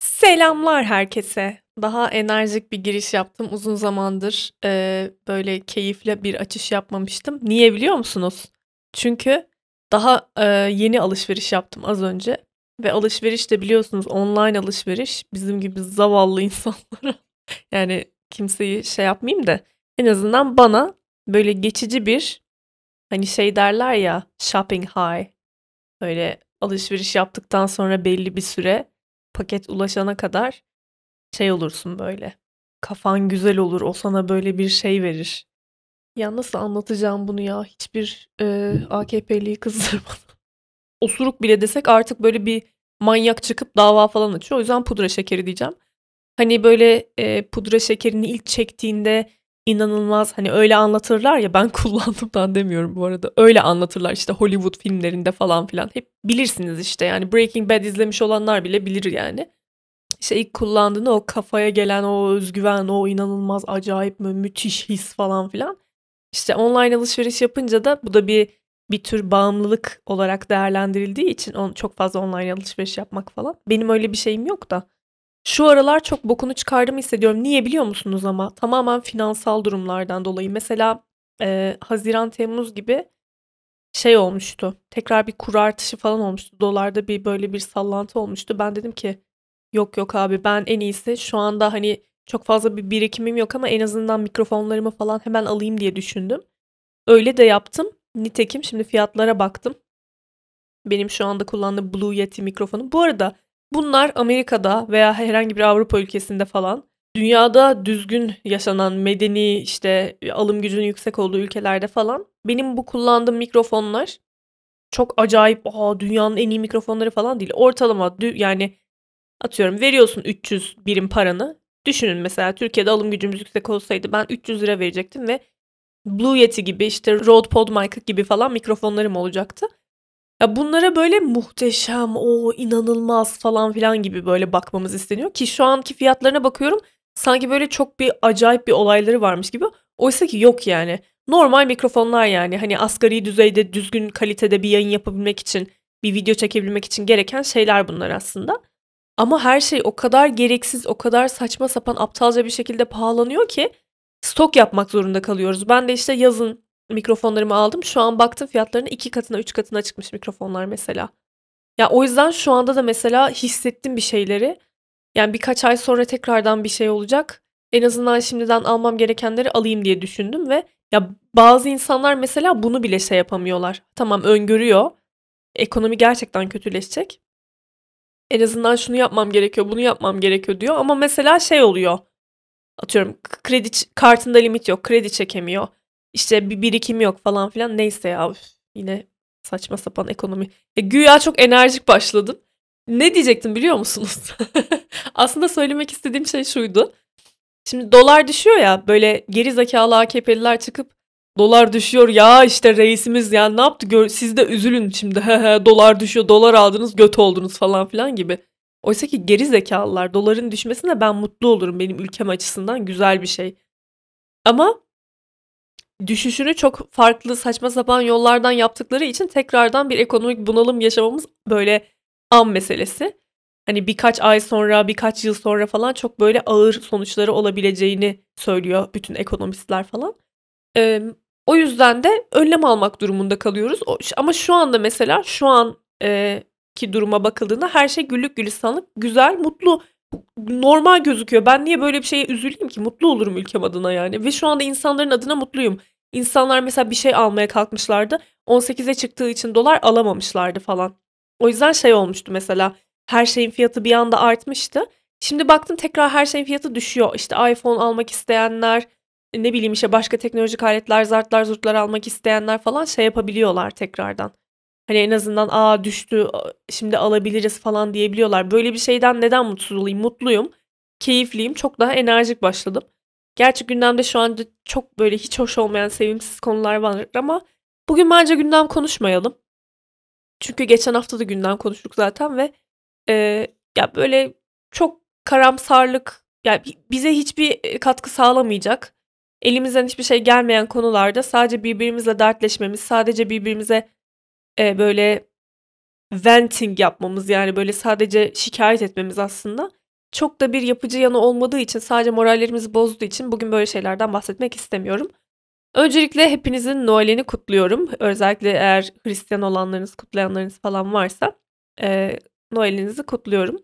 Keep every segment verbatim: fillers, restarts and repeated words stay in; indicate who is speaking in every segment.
Speaker 1: Selamlar herkese. Daha enerjik bir giriş yaptım. Uzun zamandır, eee, böyle keyifli bir açış yapmamıştım. Niye biliyor musunuz? Çünkü daha, eee, yeni alışveriş yaptım az önce ve alışveriş de biliyorsunuz online alışveriş bizim gibi zavallı insanlara, yani kimseyi şey yapmayayım da en azından bana böyle geçici bir, hani, şey derler ya, shopping high, böyle alışveriş yaptıktan sonra belli bir süre paket ulaşana kadar şey olursun böyle. Kafan güzel olur. O sana böyle bir şey verir. Ya nasıl anlatacağım bunu ya? Hiçbir eee A K P'liyi kızdırmadan. Osuruk bile desek artık böyle bir manyak çıkıp dava falan açıyor. O yüzden pudra şekeri diyeceğim. Hani böyle eee, pudra şekerini ilk çektiğinde inanılmaz hani öyle anlatırlar ya ben kullandımdan demiyorum bu arada. Öyle anlatırlar işte Hollywood filmlerinde falan filan. Hep bilirsiniz işte yani Breaking Bad izlemiş olanlar bile bilir yani. İşte ilk kullandığında o kafaya gelen o özgüven, o inanılmaz acayip mü müthiş his falan filan. İşte online alışveriş yapınca da bu da bir bir tür bağımlılık olarak değerlendirildiği için on, çok fazla online alışveriş yapmak falan. Benim öyle bir şeyim yok da. Şu aralar çok bokunu çıkardığımı hissediyorum. Niye biliyor musunuz ama? Tamamen finansal durumlardan dolayı. Mesela e, Haziran Temmuz gibi şey olmuştu. Tekrar bir kur artışı falan olmuştu. Dolarda bir böyle bir sallantı olmuştu. Ben dedim ki yok yok abi ben en iyisi şu anda hani çok fazla bir birikimim yok ama en azından mikrofonlarımı falan hemen alayım diye düşündüm. Öyle de yaptım. Nitekim şimdi fiyatlara baktım. Benim şu anda kullandığım Blue Yeti mikrofonu. Bu arada bunlar Amerika'da veya herhangi bir Avrupa ülkesinde falan dünyada düzgün yaşanan medeni işte alım gücünün yüksek olduğu ülkelerde falan benim bu kullandığım mikrofonlar çok acayip aa, dünyanın en iyi mikrofonları falan değil. Ortalama dü- yani atıyorum veriyorsun üç yüz birim paranı. Düşünün mesela Türkiye'de alım gücümüz yüksek olsaydı ben üç yüz lira verecektim ve Blue Yeti gibi işte Rode PodMic gibi falan mikrofonlarım olacaktı. Ya bunlara böyle muhteşem, o inanılmaz falan filan gibi böyle bakmamız isteniyor ki şu anki fiyatlarına bakıyorum sanki böyle çok bir acayip bir olayları varmış gibi. Oysa ki yok yani. Normal mikrofonlar yani hani asgari düzeyde düzgün kalitede bir yayın yapabilmek için, bir video çekebilmek için gereken şeyler bunlar aslında. Ama her şey o kadar gereksiz, o kadar saçma sapan, aptalca bir şekilde pahalanıyor ki stok yapmak zorunda kalıyoruz. Ben de işte yazın mikrofonlarımı aldım. Şu an baktım fiyatlarına iki katına, üç katına çıkmış mikrofonlar mesela. Ya o yüzden şu anda da mesela hissettim bir şeyleri. Yani birkaç ay sonra tekrardan bir şey olacak. En azından şimdiden almam gerekenleri alayım diye düşündüm ve ya bazı insanlar mesela bunu bile şey yapamıyorlar. Tamam öngörüyor. Ekonomi gerçekten kötüleşecek. En azından şunu yapmam gerekiyor, bunu yapmam gerekiyor diyor. Ama mesela şey oluyor. Atıyorum kredi kartında limit yok, kredi çekemiyor. İşte bir birikim yok falan filan. Neyse ya üf, yine saçma sapan ekonomi. E, güya çok enerjik başladım. Ne diyecektim biliyor musunuz? Aslında söylemek istediğim şey şuydu. Şimdi dolar düşüyor ya böyle geri zekalı A K P'liler çıkıp dolar düşüyor ya işte reisimiz yani ne yaptı gör siz de üzülün şimdi dolar düşüyor dolar aldınız göt oldunuz falan filan gibi. Oysa ki geri zekalılar doların düşmesine ben mutlu olurum benim ülkem açısından güzel bir şey. Ama düşüşünü çok farklı saçma sapan yollardan yaptıkları için tekrardan bir ekonomik bunalım yaşamamız böyle an meselesi. Hani birkaç ay sonra, birkaç yıl sonra falan çok böyle ağır sonuçları olabileceğini söylüyor bütün ekonomistler falan. Ee, O yüzden de önlem almak durumunda kalıyoruz. O, ama şu anda mesela şu an e, ki duruma bakıldığında her şey güllük gülistanlık, güzel, mutlu, normal gözüküyor. Ben niye böyle bir şeye üzüleyim ki? Mutlu olurum ülkem adına yani. Ve şu anda insanların adına mutluyum. İnsanlar mesela bir şey almaya kalkmışlardı. on sekize çıktığı için dolar alamamışlardı falan. O yüzden şey olmuştu mesela. Her şeyin fiyatı bir anda artmıştı. Şimdi baktım tekrar her şeyin fiyatı düşüyor. İşte iPhone almak isteyenler, ne bileyim işte başka teknolojik aletler, zartlar, zurtlar almak isteyenler falan şey yapabiliyorlar tekrardan. Hani en azından aa düştü şimdi alabiliriz falan diyebiliyorlar. Böyle bir şeyden neden mutsuz olayım? Mutluyum, keyifliyim, çok daha enerjik başladım. Gerçi gündemde şu anda çok böyle hiç hoş olmayan sevimsiz konular var ama bugün bence gündem konuşmayalım. Çünkü geçen hafta da gündem konuştuk zaten ve e, ya böyle çok karamsarlık yani bize hiçbir katkı sağlamayacak. Elimizden hiçbir şey gelmeyen konularda sadece birbirimizle dertleşmemiz, sadece birbirimize e, böyle venting yapmamız yani böyle sadece şikayet etmemiz aslında çok da bir yapıcı yanı olmadığı için, sadece morallerimizi bozduğu için bugün böyle şeylerden bahsetmek istemiyorum. Öncelikle hepinizin Noel'ini kutluyorum. Özellikle eğer Hristiyan olanlarınız, kutlayanlarınız falan varsa eee, Noel'inizi kutluyorum.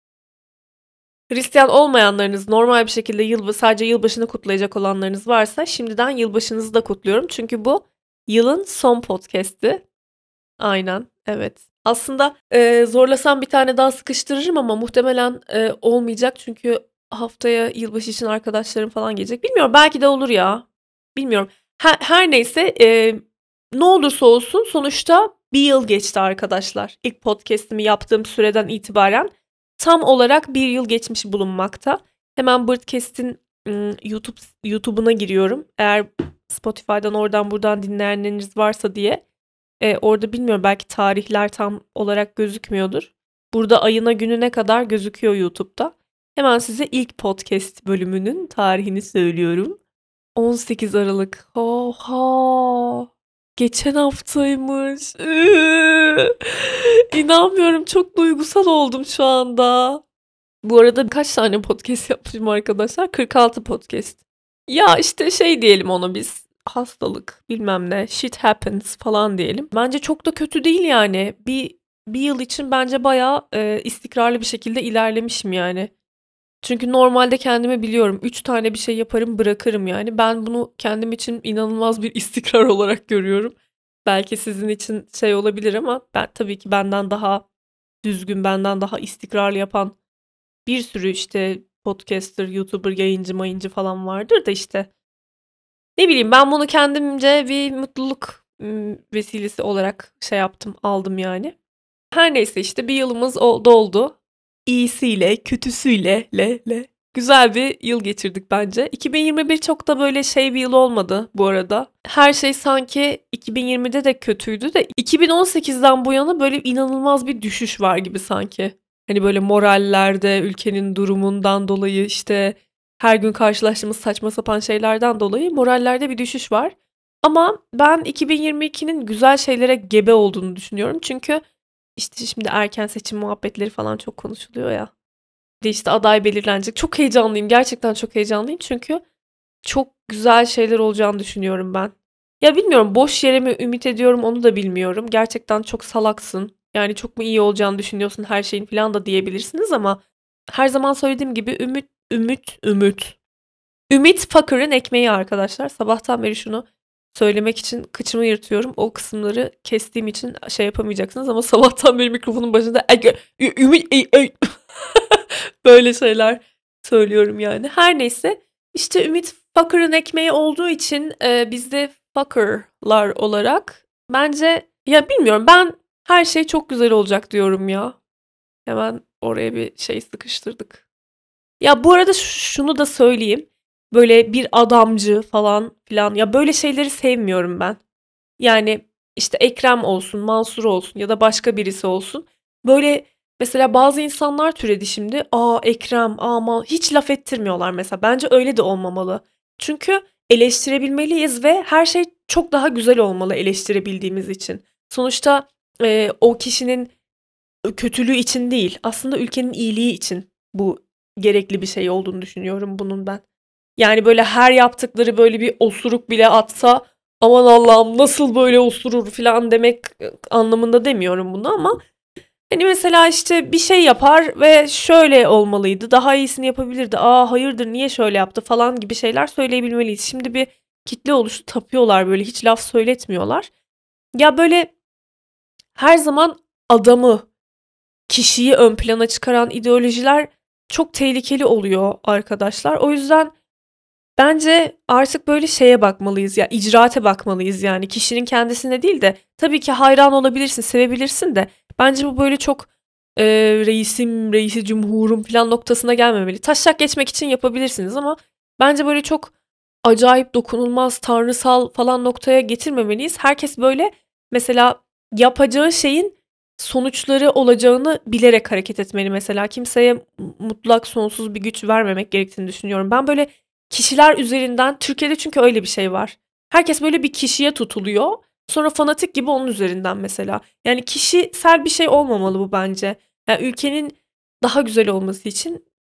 Speaker 1: Hristiyan olmayanlarınız, normal bir şekilde yılba sadece yılbaşını kutlayacak olanlarınız varsa şimdiden yılbaşınızı da kutluyorum. Çünkü bu yılın son podcast'i. Aynen, evet. Aslında eee, zorlasam bir tane daha sıkıştırırım ama muhtemelen eee, olmayacak. Çünkü haftaya yılbaşı için arkadaşlarım falan gelecek. Bilmiyorum, belki de olur ya. Bilmiyorum. Her, her neyse eee, ne olursa olsun sonuçta bir yıl geçti arkadaşlar. İlk podcast'imi yaptığım süreden itibaren tam olarak bir yıl geçmiş bulunmakta. Hemen Birdcast'in ım, YouTube YouTube'una giriyorum. Eğer Spotify'dan oradan buradan dinleyenleriniz varsa diye. E, orada bilmiyorum, belki tarihler tam olarak gözükmüyordur. Burada ayına gününe kadar gözüküyor YouTube'da. Hemen size ilk podcast bölümünün tarihini söylüyorum. on sekiz Aralık. Oha! Geçen haftaymış. Iıı. İnanmıyorum, çok duygusal oldum şu anda. Bu arada kaç tane podcast yapmışım arkadaşlar? kırk altı podcast. Ya işte şey diyelim ona biz. Hastalık, bilmem ne, shit happens falan diyelim. Bence çok da kötü değil yani. Bir bir yıl için bence bayağı e, istikrarlı bir şekilde ilerlemişim yani. Çünkü normalde kendimi biliyorum. Üç tane bir şey yaparım, bırakırım yani. Ben bunu kendim için inanılmaz bir istikrar olarak görüyorum. Belki sizin için şey olabilir ama ben tabii ki benden daha düzgün, benden daha istikrarlı yapan bir sürü işte podcaster, YouTuber, yayıncı, mayıncı falan vardır da işte ne bileyim, ben bunu kendimce bir mutluluk ım, vesilesi olarak şey yaptım, aldım yani. Her neyse işte bir yılımız o- doldu. İyisiyle, kötüsüyle, le le. Güzel bir yıl geçirdik bence. iki bin yirmi bir çok da böyle şey bir yıl olmadı bu arada. Her şey sanki iki bin yirmide de kötüydü de iki bin on sekizden bu yana böyle inanılmaz bir düşüş var gibi sanki. Hani böyle morallerde, ülkenin durumundan dolayı işte her gün karşılaştığımız saçma sapan şeylerden dolayı morallerde bir düşüş var. Ama ben iki bin yirmi ikinin güzel şeylere gebe olduğunu düşünüyorum. Çünkü işte şimdi erken seçim muhabbetleri falan çok konuşuluyor ya. Bir de işte aday belirlenecek. Çok heyecanlıyım. Gerçekten çok heyecanlıyım. Çünkü çok güzel şeyler olacağını düşünüyorum ben. Ya bilmiyorum, boş yere mi ümit ediyorum onu da bilmiyorum. Gerçekten çok salaksın. Yani çok mu iyi olacağını düşünüyorsun her şeyin falan da diyebilirsiniz ama her zaman söylediğim gibi ümit, ümit, ümit. Ümit fakırın ekmeği arkadaşlar. Sabahtan beri şunu söylemek için kıçımı yırtıyorum. O kısımları kestiğim için şey yapamayacaksınız ama sabahtan beri mikrofonun başında "Ege, ü- ümit ey, ey." böyle şeyler söylüyorum yani. Her neyse işte ümit fakırın ekmeği olduğu için e, biz de fakırlar olarak bence, ya bilmiyorum, ben her şey çok güzel olacak diyorum ya. Hemen oraya bir şey sıkıştırdık. Ya bu arada ş- şunu da söyleyeyim. Böyle bir adamcı falan filan. Ya böyle şeyleri sevmiyorum ben. Yani işte Ekrem olsun, Mansur olsun ya da başka birisi olsun. Böyle mesela bazı insanlar türedi şimdi. Aa Ekrem, ama hiç laf ettirmiyorlar mesela. Bence öyle de olmamalı. Çünkü eleştirebilmeliyiz ve her şey çok daha güzel olmalı eleştirebildiğimiz için. Sonuçta e, o kişinin kötülüğü için değil, aslında ülkenin iyiliği için bu gerekli bir şey olduğunu düşünüyorum bunun ben. Yani böyle her yaptıkları böyle bir osuruk bile atsa aman Allah'ım nasıl böyle osurur falan demek e, anlamında demiyorum bunu ama hani mesela işte bir şey yapar ve şöyle olmalıydı, daha iyisini yapabilirdi. Aa hayırdır, niye şöyle yaptı falan gibi şeyler söyleyebilmeliyiz. Şimdi bir kitle oluştu, tapıyorlar böyle, hiç laf söyletmiyorlar. Ya böyle her zaman adamı, kişiyi ön plana çıkaran ideolojiler çok tehlikeli oluyor arkadaşlar. O yüzden bence artık böyle şeye bakmalıyız ya, icraate bakmalıyız yani kişinin kendisine değil de tabii ki hayran olabilirsin, sevebilirsin de bence bu böyle çok e, reisim, reisi cumhurum falan noktasına gelmemeli. Taşak geçmek için yapabilirsiniz ama bence böyle çok acayip, dokunulmaz, tanrısal falan noktaya getirmemeliyiz. Herkes böyle mesela yapacağı şeyin sonuçları olacağını bilerek hareket etmeli mesela. Kimseye mutlak sonsuz bir güç vermemek gerektiğini düşünüyorum. Ben böyle kişiler üzerinden, Türkiye'de çünkü öyle bir şey var. Herkes böyle bir kişiye tutuluyor. Sonra fanatik gibi onun üzerinden mesela. Yani kişisel bir şey olmamalı bu bence. Yani ülkenin daha güzel olması için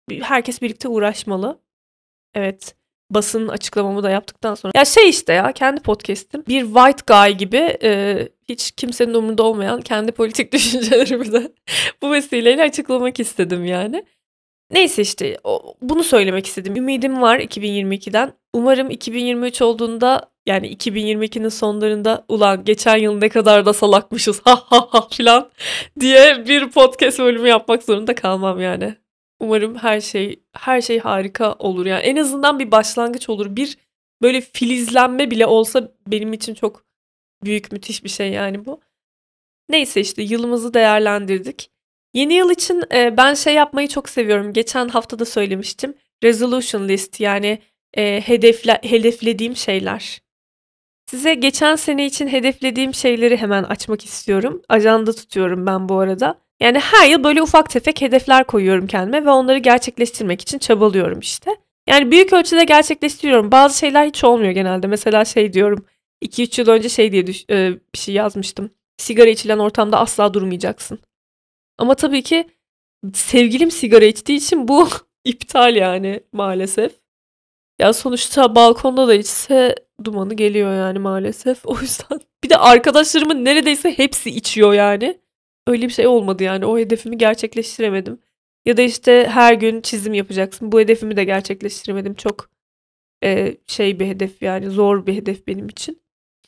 Speaker 1: herkes birlikte uğraşmalı. Evet. Basın açıklamamı da yaptıktan sonra. Ya şey işte ya kendi podcast'im. Bir white guy gibi e, hiç kimsenin umurunda olmayan kendi politik düşüncelerimi de bu vesileyle açıklamak istedim yani. Neyse işte o, bunu söylemek istedim. Ümidim var iki bin yirmi ikiden. Umarım iki bin yirmi üç olduğunda yani iki bin yirmi ikinin sonlarında ulan geçen yıl ne kadar da salakmışız ha ha ha filan diye bir podcast bölümü yapmak zorunda kalmam yani. Umarım her şey her şey harika olur yani. En azından bir başlangıç olur. Bir böyle filizlenme bile olsa benim için çok büyük müthiş bir şey yani bu. Neyse işte yılımızı değerlendirdik. Yeni yıl için e, ben şey yapmayı çok seviyorum. Geçen hafta da söylemiştim. Resolution list yani e, hedefle, hedeflediğim şeyler. Size geçen sene için hedeflediğim şeyleri hemen açmak istiyorum. Ajanda tutuyorum ben bu arada. Yani her yıl böyle ufak tefek hedefler koyuyorum kendime ve onları gerçekleştirmek için çabalıyorum işte. Yani büyük ölçüde gerçekleştiriyorum. Bazı şeyler hiç olmuyor genelde. Mesela şey diyorum. iki üç yıl önce şey diye düş- e, bir şey yazmıştım. Sigara içilen ortamda asla durmayacaksın. Ama tabii ki sevgilim sigara içtiği için bu iptal yani maalesef. Ya sonuçta balkonda da içse dumanı geliyor yani maalesef. O yüzden bir de arkadaşlarımın neredeyse hepsi içiyor yani. Öyle bir şey olmadı yani. O hedefimi gerçekleştiremedim. Ya da işte her gün çizim yapacaksın. Bu hedefimi de gerçekleştiremedim. Çok e, şey bir hedef yani zor bir hedef benim için.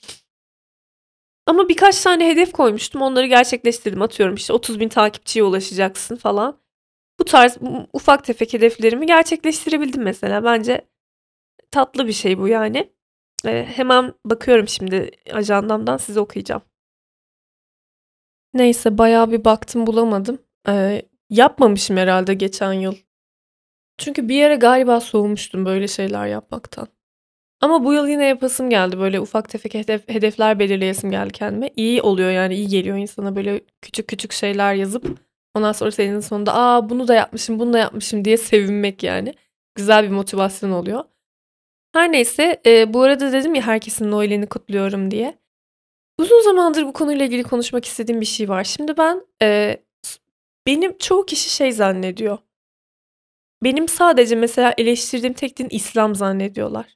Speaker 1: Ama birkaç tane hedef koymuştum. Onları gerçekleştirdim. Atıyorum işte otuz bin takipçiye ulaşacaksın falan. Bu tarz ufak tefek hedeflerimi gerçekleştirebildim mesela. Bence tatlı bir şey bu yani. Eee, hemen bakıyorum şimdi ajandamdan size okuyacağım. Neyse bayağı bir baktım bulamadım. Eee, yapmamışım herhalde geçen yıl. Çünkü bir yere galiba soğumuştum böyle şeyler yapmaktan. Ama bu yıl yine yapasım geldi. Böyle ufak tefek hedef, hedefler belirleyesim geldi kendime. İyi oluyor yani iyi geliyor insana böyle küçük küçük şeyler yazıp ondan sonra senin sonunda aa bunu da yapmışım bunu da yapmışım diye sevinmek yani. Güzel bir motivasyon oluyor. Her neyse e, bu arada dedim ya herkesin Noel'ini kutluyorum diye. Uzun zamandır bu konuyla ilgili konuşmak istediğim bir şey var. Şimdi ben e, benim çoğu kişi şey zannediyor. Benim sadece mesela eleştirdiğim tek din İslam zannediyorlar.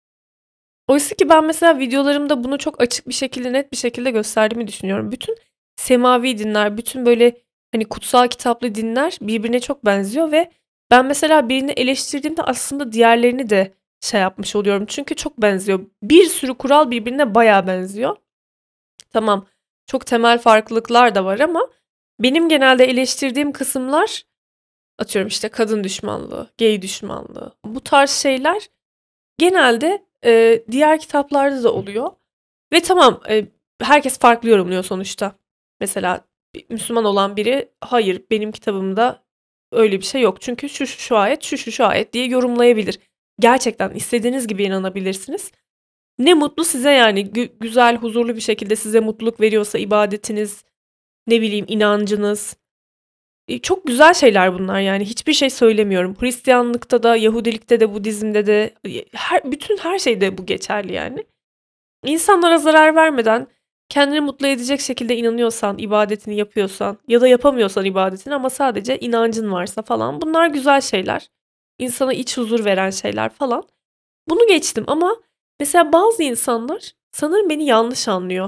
Speaker 1: Oysa ki ben mesela videolarımda bunu çok açık bir şekilde, net bir şekilde gösterdiğimi düşünüyorum. Bütün semavi dinler, bütün böyle hani kutsal kitaplı dinler birbirine çok benziyor ve ben mesela birini eleştirdiğimde aslında diğerlerini de şey yapmış oluyorum. Çünkü çok benziyor. Bir sürü kural birbirine bayağı benziyor. Tamam, çok temel farklılıklar da var ama benim genelde eleştirdiğim kısımlar atıyorum işte kadın düşmanlığı, gay düşmanlığı. Bu tarz şeyler genelde e, diğer kitaplarda da oluyor. Ve tamam e, herkes farklı yorumluyor sonuçta. Mesela bir Müslüman olan biri hayır benim kitabımda öyle bir şey yok. Çünkü şu şu, şu ayet şu şu şu ayet diye yorumlayabilir. Gerçekten istediğiniz gibi inanabilirsiniz. Ne mutlu size yani Gü- güzel huzurlu bir şekilde size mutluluk veriyorsa ibadetiniz ne bileyim inancınız. E, çok güzel şeyler bunlar yani hiçbir şey söylemiyorum. Hristiyanlıkta da Yahudilikte de Budizm'de de e, her, bütün her şeyde bu geçerli yani. İnsanlara zarar vermeden kendini mutlu edecek şekilde inanıyorsan, ibadetini yapıyorsan ya da yapamıyorsan ibadetini ama sadece inancın varsa falan bunlar güzel şeyler. İnsana iç huzur veren şeyler falan. Bunu geçtim ama mesela bazı insanlar sanırım beni yanlış anlıyor.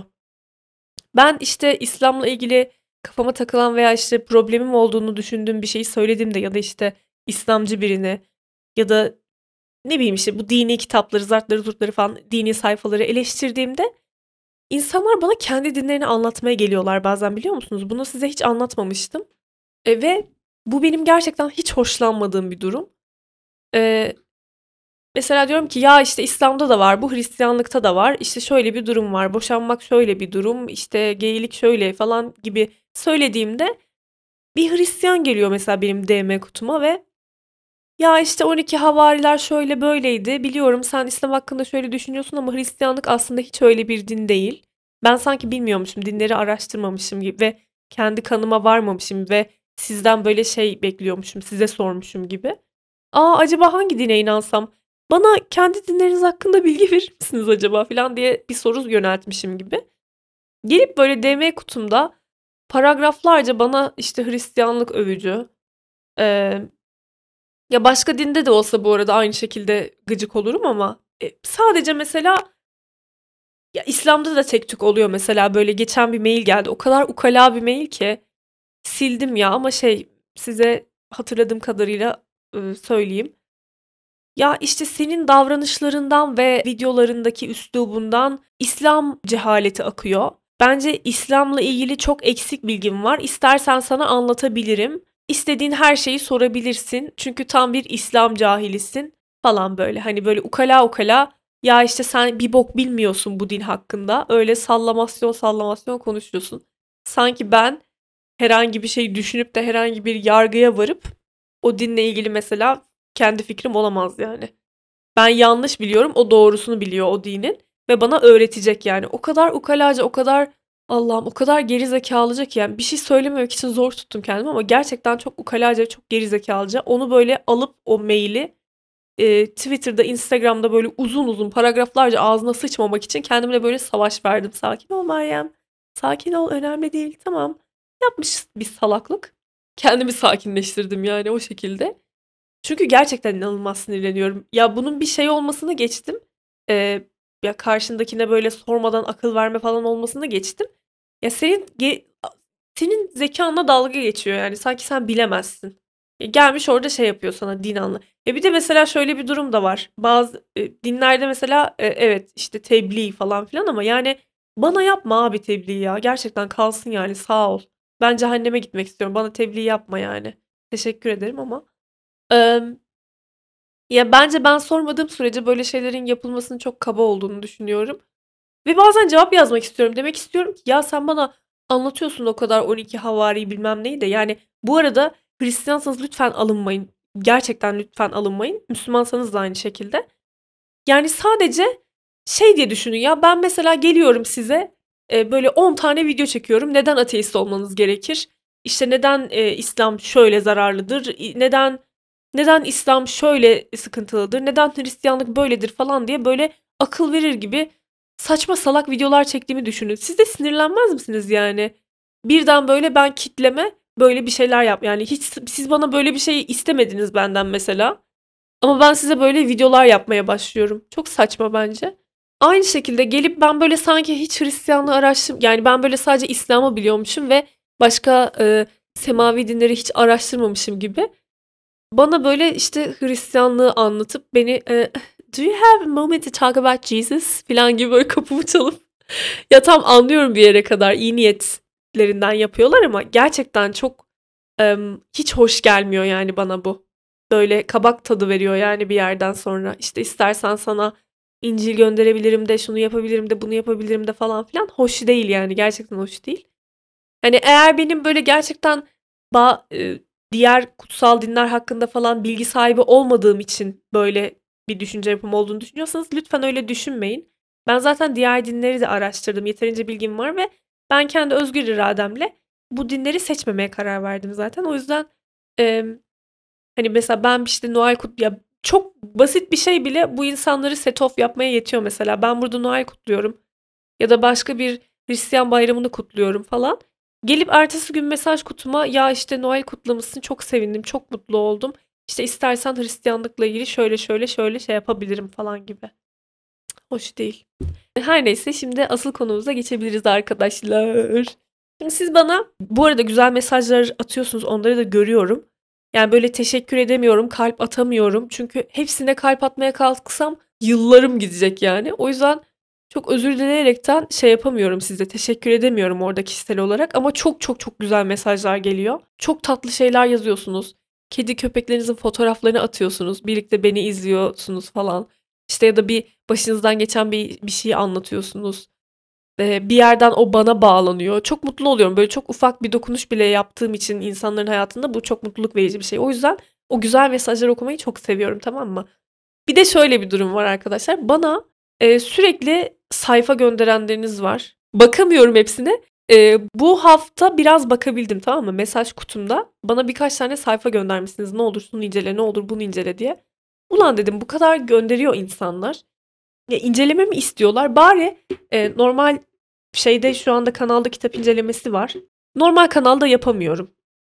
Speaker 1: Ben işte İslam'la ilgili kafama takılan veya işte problemim olduğunu düşündüğüm bir şeyi söylediğimde ya da işte İslamcı birine ya da ne bileyim işte bu dini kitapları, zartları, zurtları falan dini sayfaları eleştirdiğimde insanlar bana kendi dinlerini anlatmaya geliyorlar bazen biliyor musunuz? Bunu size hiç anlatmamıştım. E, ve bu benim gerçekten hiç hoşlanmadığım bir durum. E, Mesela diyorum ki ya işte İslam'da da var, bu Hristiyanlıkta da var. İşte şöyle bir durum var, boşanmak şöyle bir durum, işte geylik şöyle falan gibi söylediğimde bir Hristiyan geliyor mesela benim D M kutuma ve ya işte on iki havariler şöyle böyleydi. Biliyorum sen İslam hakkında şöyle düşünüyorsun ama Hristiyanlık aslında hiç öyle bir din değil. Ben sanki bilmiyormuşum, dinleri araştırmamışım gibi ve kendi kanıma varmamışım ve sizden böyle şey bekliyormuşum, size sormuşum gibi. Aa acaba hangi dine inansam? Bana kendi dinleriniz hakkında bilgi verir misiniz acaba falan diye bir soru yöneltmişim gibi. Gelip böyle D M kutumda paragraflarca bana işte Hristiyanlık övücü, Ya, başka dinde de olsa bu arada aynı şekilde gıcık olurum ama, eee, sadece mesela ya, İslam'da da tek tük oluyor mesela. Böyle geçen bir mail geldi. O kadar ukala bir mail ki sildim ya ama şey, size hatırladığım kadarıyla, ııı, söyleyeyim. Ya, işte, senin davranışlarından ve videolarındaki üslubundan İslam cehaleti akıyor. Bence İslam'la ilgili çok eksik bilgin var. İstersen sana anlatabilirim. İstediğin her şeyi sorabilirsin. Çünkü tam bir İslam cahilisin falan böyle. Hani, böyle ukala ukala, ya, işte, sen bir bok bilmiyorsun bu din hakkında. Öyle sallamasyon sallamasyon konuşuyorsun. Sanki ben herhangi bir şey düşünüp de herhangi bir yargıya varıp o dinle ilgili mesela kendi fikrim olamaz yani. Ben yanlış biliyorum, o doğrusunu biliyor o dinin ve bana öğretecek yani. O kadar ukalaca, o kadar Allah'ım o kadar geri zekalıca ki yani bir şey söylememek için zor tuttum kendimi ama gerçekten çok ukalaca, çok geri zekalıca. Onu böyle alıp o maili eee, Twitter'da, Instagram'da böyle uzun uzun paragraflarca ağzına sıçmamak için kendimle böyle savaş verdim. Sakin ol Meryem. Sakin ol, önemli değil. Tamam. Yapmışız bir salaklık. Kendimi sakinleştirdim yani o şekilde. Çünkü gerçekten inanılmaz sinirleniyorum. Ya bunun bir şey olmasını geçtim. Eee, ya karşındakine böyle sormadan akıl verme falan olmasını geçtim. Ya senin ge- a- senin zekanla dalga geçiyor yani. Sanki sen bilemezsin. Ya gelmiş orada şey yapıyor sana din anla. Ya bir de mesela şöyle bir durum da var. Bazı e, dinlerde mesela e, evet işte tebliğ falan filan ama yani bana yapma abi tebliğ ya. Gerçekten kalsın yani sağ ol. Ben cehenneme gitmek istiyorum. Bana tebliğ yapma yani. Teşekkür ederim ama. Emm, ya, bence ben sormadığım sürece böyle şeylerin yapılmasının çok kaba olduğunu düşünüyorum ve bazen cevap yazmak istiyorum. Demek istiyorum ki ya sen bana anlatıyorsun o kadar on iki havari bilmem neyi de yani bu arada Hristiyansanız lütfen alınmayın. Gerçekten lütfen alınmayın. Müslümansanız da aynı şekilde. Yani sadece şey diye düşünün ya ben mesela geliyorum size e, böyle on tane video çekiyorum. Neden ateist olmanız gerekir? İşte neden e, İslam şöyle zararlıdır? İ- Neden neden İslam şöyle sıkıntılıdır? Neden Hristiyanlık böyledir falan diye böyle akıl verir gibi saçma salak videolar çektiğimi düşünün. Siz de sinirlenmez misiniz yani? Birden böyle ben kitleme böyle bir şeyler yap. Yani hiç siz bana böyle bir şey istemediniz benden mesela. Ama ben size böyle videolar yapmaya başlıyorum. Çok saçma bence. Aynı şekilde gelip ben böyle sanki hiç Hristiyanlığı araştırm yani ben böyle sadece İslam'ı biliyormuşum ve başka e, semavi dinleri hiç araştırmamışım gibi. Bana böyle işte Hristiyanlığı anlatıp beni e, "Do you have a moment to talk about Jesus?" falan gibi böyle kapımı çalıp ya tam anlıyorum bir yere kadar iyi niyetlerinden yapıyorlar ama gerçekten çok em, hiç hoş gelmiyor yani bana bu. Böyle kabak tadı veriyor yani bir yerden sonra. İşte istersen sana İncil gönderebilirim de şunu yapabilirim de bunu yapabilirim de falan filan. Hoş değil yani gerçekten hoş değil. Hani eğer benim böyle gerçekten ba eee, diğer kutsal dinler hakkında falan bilgi sahibi olmadığım için böyle bir düşünce yapım olduğunu düşünüyorsanız lütfen öyle düşünmeyin. Ben zaten diğer dinleri de araştırdım. Yeterince bilgim var ve ben kendi özgür irademle bu dinleri seçmemeye karar verdim zaten. O yüzden emm, hani mesela ben işte Noel kut ya çok basit bir şey bile bu insanları set off yapmaya yetiyor mesela. Ben burada Noel kutluyorum ya da başka bir Hristiyan bayramını kutluyorum falan. Gelip ertesi gün mesaj kutuma ya işte Noel kutlamışsın çok sevindim çok mutlu oldum. İşte istersen Hristiyanlıkla ilgili şöyle şöyle şöyle şey yapabilirim falan gibi. Hoş değil. Her neyse şimdi asıl konumuza geçebiliriz arkadaşlar. Şimdi siz bana bu arada güzel mesajlar atıyorsunuz onları da görüyorum. Yani böyle teşekkür edemiyorum, kalp atamıyorum. Çünkü hepsine kalp atmaya kalksam yıllarım gidecek yani. O yüzden çok özür dileyerekten şey yapamıyorum size. Teşekkür edemiyorum orada kişisel olarak ama çok çok çok güzel mesajlar geliyor. Çok tatlı şeyler yazıyorsunuz. Kedi köpeklerinizin fotoğraflarını atıyorsunuz. Birlikte beni izliyorsunuz falan. İşte ya da bir başınızdan geçen bir bir şeyi anlatıyorsunuz. Eee, bir yerden o bana bağlanıyor. Çok mutlu oluyorum. Böyle çok ufak bir dokunuş bile yaptığım için insanların hayatında bu çok mutluluk verici bir şey. O yüzden o güzel mesajları okumayı çok seviyorum, tamam mı? Bir de şöyle bir durum var arkadaşlar. Bana eee, sürekli sayfa gönderenleriniz var. Bakamıyorum hepsine. Eee, bu hafta biraz bakabildim, tamam mı? Mesaj kutumda bana birkaç tane sayfa göndermişsiniz. Ne olur şunu incele, ne olur bunu incele diye. Ulan dedim bu kadar gönderiyor insanlar. Ya inceleme mi istiyorlar? Bari e, normal şeyde şu anda kanalda kitap incelemesi var. Normal kanalda yapamıyorum.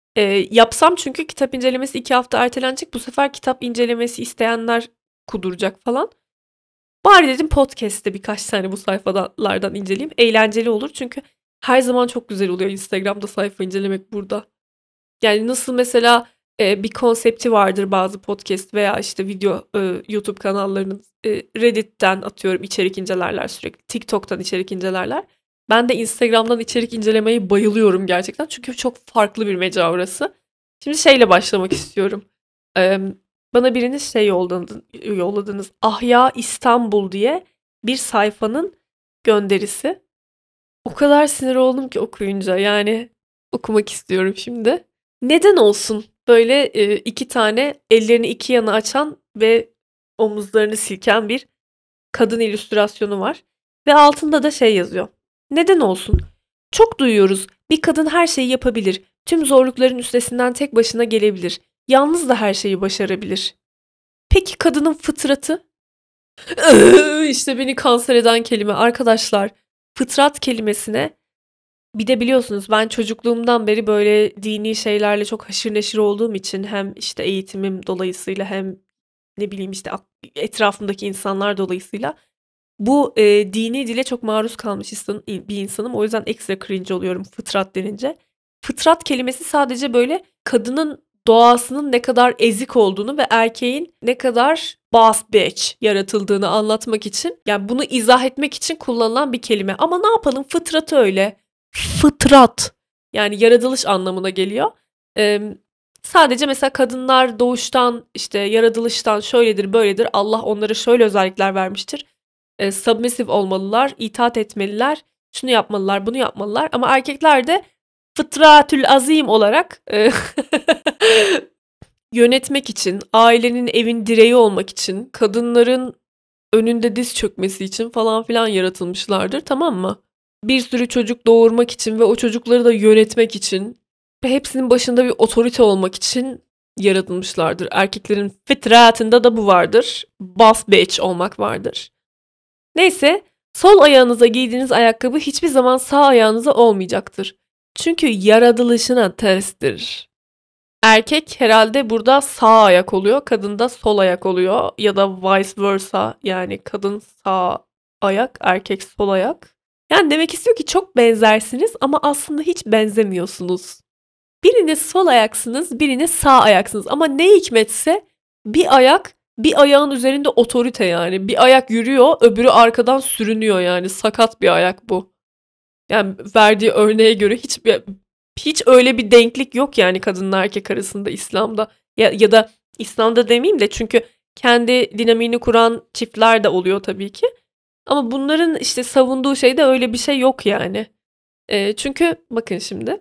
Speaker 1: Eee, yapsam çünkü kitap incelemesi iki hafta ertelenecek. Bu sefer kitap incelemesi isteyenler kuduracak falan. Bari dedim podcast'te birkaç tane bu sayfalardan inceleyeyim. Eğlenceli olur çünkü her zaman çok güzel oluyor Instagram'da sayfa incelemek burada. Yani nasıl mesela e, bir konsepti vardır bazı podcast veya işte video e, YouTube kanallarının e, Reddit'ten atıyorum içerik incelerler sürekli. TikTok'tan içerik incelerler. Ben de Instagram'dan içerik incelemeye bayılıyorum gerçekten. Çünkü çok farklı bir mecra orası. Şimdi şeyle başlamak istiyorum. Ee, Bana biriniz şey yolladınız, yolladınız. Ahya İstanbul diye bir sayfanın gönderisi. O kadar sinir oldum ki okuyunca. Yani okumak istiyorum şimdi. Neden olsun? Böyle e, iki tane ellerini iki yana açan ve omuzlarını silken bir kadın illüstrasyonu var. Ve altında da şey yazıyor. Neden olsun? Çok duyuyoruz. Bir kadın her şeyi yapabilir. Tüm zorlukların üstesinden tek başına gelebilir. Yalnız da her şeyi başarabilir. Peki kadının fıtratı? İşte beni kanser eden kelime. Arkadaşlar, fıtrat kelimesine bir de biliyorsunuz ben çocukluğumdan beri böyle dini şeylerle çok haşır neşir olduğum için hem işte eğitimim dolayısıyla hem ne bileyim işte etrafımdaki insanlar dolayısıyla bu e, dini dile çok maruz kalmış insan, bir insanım. O yüzden ekstra cringe oluyorum fıtrat denince. Fıtrat kelimesi sadece böyle kadının doğasının ne kadar ezik olduğunu ve erkeğin ne kadar boss bitch yaratıldığını anlatmak için, yani bunu izah etmek için kullanılan bir kelime. Ama ne yapalım, fıtratı öyle. Fıtrat. Yani yaratılış anlamına geliyor. Ee, sadece mesela kadınlar doğuştan işte yaratılıştan şöyledir böyledir. Allah onlara şöyle özellikler vermiştir. E, submissive olmalılar, itaat etmeliler, şunu yapmalılar, bunu yapmalılar. Ama erkekler de fıtratül azim olarak e, yönetmek için, ailenin evin direği olmak için, kadınların önünde diz çökmesi için falan filan yaratılmışlardır, tamam mı? Bir sürü çocuk doğurmak için ve o çocukları da yönetmek için ve hepsinin başında bir otorite olmak için yaratılmışlardır. Erkeklerin fıtratında da bu vardır. Boss bitch olmak vardır. Neyse, sol ayağınıza giydiğiniz ayakkabı hiçbir zaman sağ ayağınıza olmayacaktır. Çünkü yaratılışına terstir. Erkek herhalde burada sağ ayak oluyor, kadın da sol ayak oluyor ya da vice versa, yani kadın sağ ayak, erkek sol ayak. Yani demek istiyor ki çok benzersiniz ama aslında hiç benzemiyorsunuz. Biriniz sol ayaksınız, biriniz sağ ayaksınız ama ne hikmetse bir ayak bir ayağın üzerinde otorite yani. Bir ayak yürüyor, öbürü arkadan sürünüyor yani. Sakat bir ayak bu. Yani verdiği örneğe göre hiç hiç öyle bir denklik yok yani kadınla erkek arasında İslam'da. Ya, ya da İslam'da demeyeyim de çünkü kendi dinamiğini kuran çiftler de oluyor tabii ki. Ama bunların işte savunduğu şeyde öyle bir şey yok yani. E, çünkü bakın şimdi.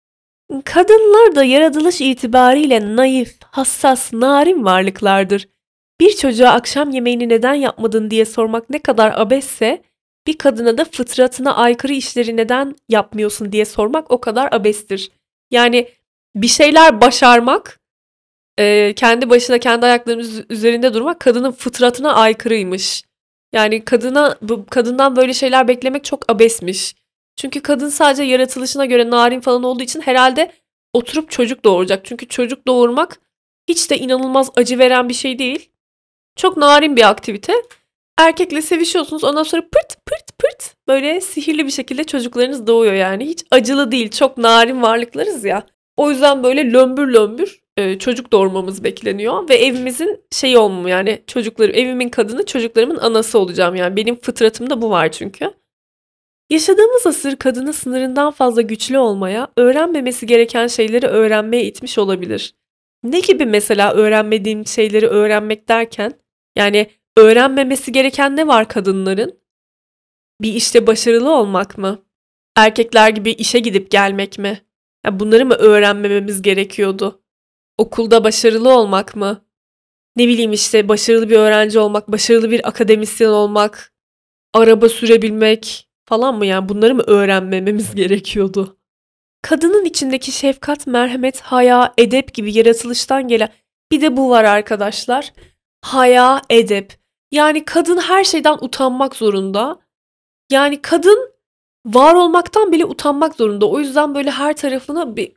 Speaker 1: Kadınlar da yaratılış itibariyle naif, hassas, narin varlıklardır. Bir çocuğa akşam yemeğini neden yapmadın diye sormak ne kadar abesse, bir kadına da fıtratına aykırı işleri neden yapmıyorsun diye sormak o kadar abestir. Yani bir şeyler başarmak, e, kendi başına kendi ayaklarının üzerinde durmak kadının fıtratına aykırıymış. Yani kadına bu kadından böyle şeyler beklemek çok abesmiş. Çünkü kadın sadece yaratılışına göre narin falan olduğu için herhalde oturup çocuk doğuracak. Çünkü çocuk doğurmak hiç de inanılmaz acı veren bir şey değil. Çok narin bir aktivite. Erkekle sevişiyorsunuz, ondan sonra pırt pırt pırt böyle sihirli bir şekilde çocuklarınız doğuyor yani. Hiç acılı değil, çok narin varlıklarız ya. O yüzden böyle lömbür lömbür e, çocuk doğurmamız bekleniyor. Ve evimizin şeyi olmam yani çocukları, evimin kadını çocuklarımın anası olacağım yani. Benim fıtratımda bu var çünkü. Yaşadığımız asır kadını sınırından fazla güçlü olmaya, öğrenmemesi gereken şeyleri öğrenmeye itmiş olabilir. Ne gibi mesela öğrenmediğim şeyleri öğrenmek derken? Yani öğrenmemesi gereken ne var kadınların? Bir işte başarılı olmak mı? Erkekler gibi işe gidip gelmek mi? Ya bunları mı öğrenmememiz gerekiyordu? Okulda başarılı olmak mı? Ne bileyim işte başarılı bir öğrenci olmak, başarılı bir akademisyen olmak, araba sürebilmek falan mı, yani bunları mı öğrenmememiz gerekiyordu? Kadının içindeki şefkat, merhamet, haya, edep gibi yaratılıştan gelen bir de bu var arkadaşlar. Haya, edep. Yani kadın her şeyden utanmak zorunda. Yani kadın var olmaktan bile utanmak zorunda. O yüzden böyle her tarafını bir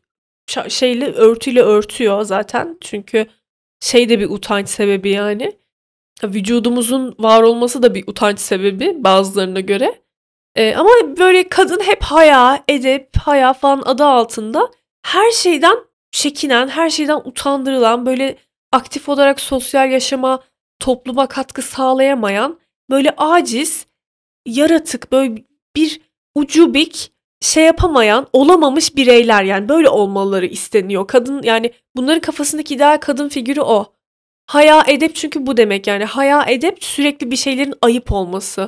Speaker 1: şa- şeyle örtüyle örtüyor zaten. Çünkü şey de bir utanç sebebi yani. Vücudumuzun var olması da bir utanç sebebi bazılarına göre. Ee, ama böyle kadın hep haya, edep, haya falan adı altında her şeyden çekinen, her şeyden utandırılan, böyle aktif olarak sosyal yaşama, topluma katkı sağlayamayan, böyle aciz, yaratık, böyle bir ucubik, şey yapamayan, olamamış bireyler, yani böyle olmaları isteniyor. Kadın, yani bunların kafasındaki ideal kadın figürü o. Haya, edep, çünkü bu demek yani. Haya, edep, sürekli bir şeylerin ayıp olması.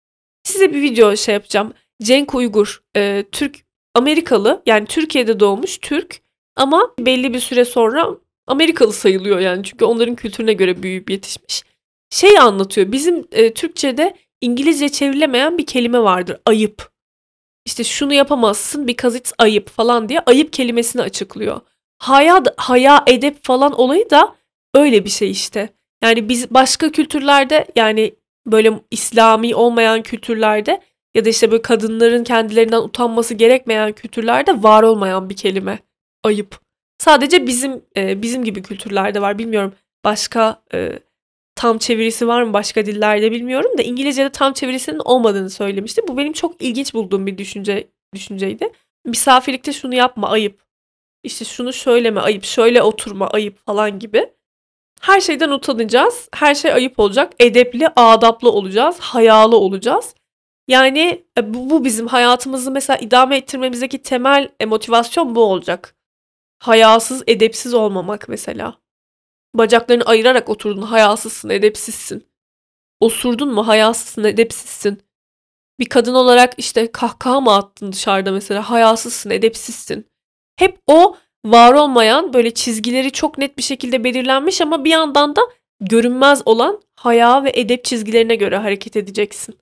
Speaker 1: Size bir video şey yapacağım. Cenk Uygur, e, Türk, Amerikalı, yani Türkiye'de doğmuş Türk ama belli bir süre sonra Amerikalı sayılıyor yani, çünkü onların kültürüne göre büyüyüp yetişmiş. Şey anlatıyor. Bizim e, Türkçe'de İngilizce çevrilemeyen bir kelime vardır. Ayıp. İşte şunu yapamazsın because it's ayıp falan diye ayıp kelimesini açıklıyor. Haya, haya, edep falan olayı da öyle bir şey işte. Yani biz başka kültürlerde, yani böyle İslami olmayan kültürlerde ya da işte böyle kadınların kendilerinden utanması gerekmeyen kültürlerde var olmayan bir kelime. Ayıp. Sadece bizim e, bizim gibi kültürlerde var. Bilmiyorum, başka e, tam çevirisi var mı başka dillerde bilmiyorum da İngilizce'de tam çevirisinin olmadığını söylemişti. Bu benim çok ilginç bulduğum bir düşünce düşünceydi. Misafirlikte şunu yapma, ayıp. İşte şunu söyleme, ayıp. Şöyle oturma, ayıp falan gibi. Her şeyden utanacağız. Her şey ayıp olacak. Edepli, adaplı olacağız. Hayalı olacağız. Yani e, bu, bu bizim hayatımızı mesela idame ettirmemizdeki temel e, motivasyon bu olacak. Hayasız, edepsiz olmamak mesela. Bacaklarını ayırarak oturdun, hayasızsın, edepsizsin. Osurdun mu, hayasızsın, edepsizsin. Bir kadın olarak işte kahkaha mı attın dışarıda mesela, hayasızsın, edepsizsin. Hep o var olmayan, böyle çizgileri çok net bir şekilde belirlenmiş ama bir yandan da görünmez olan haya ve edep çizgilerine göre hareket edeceksin.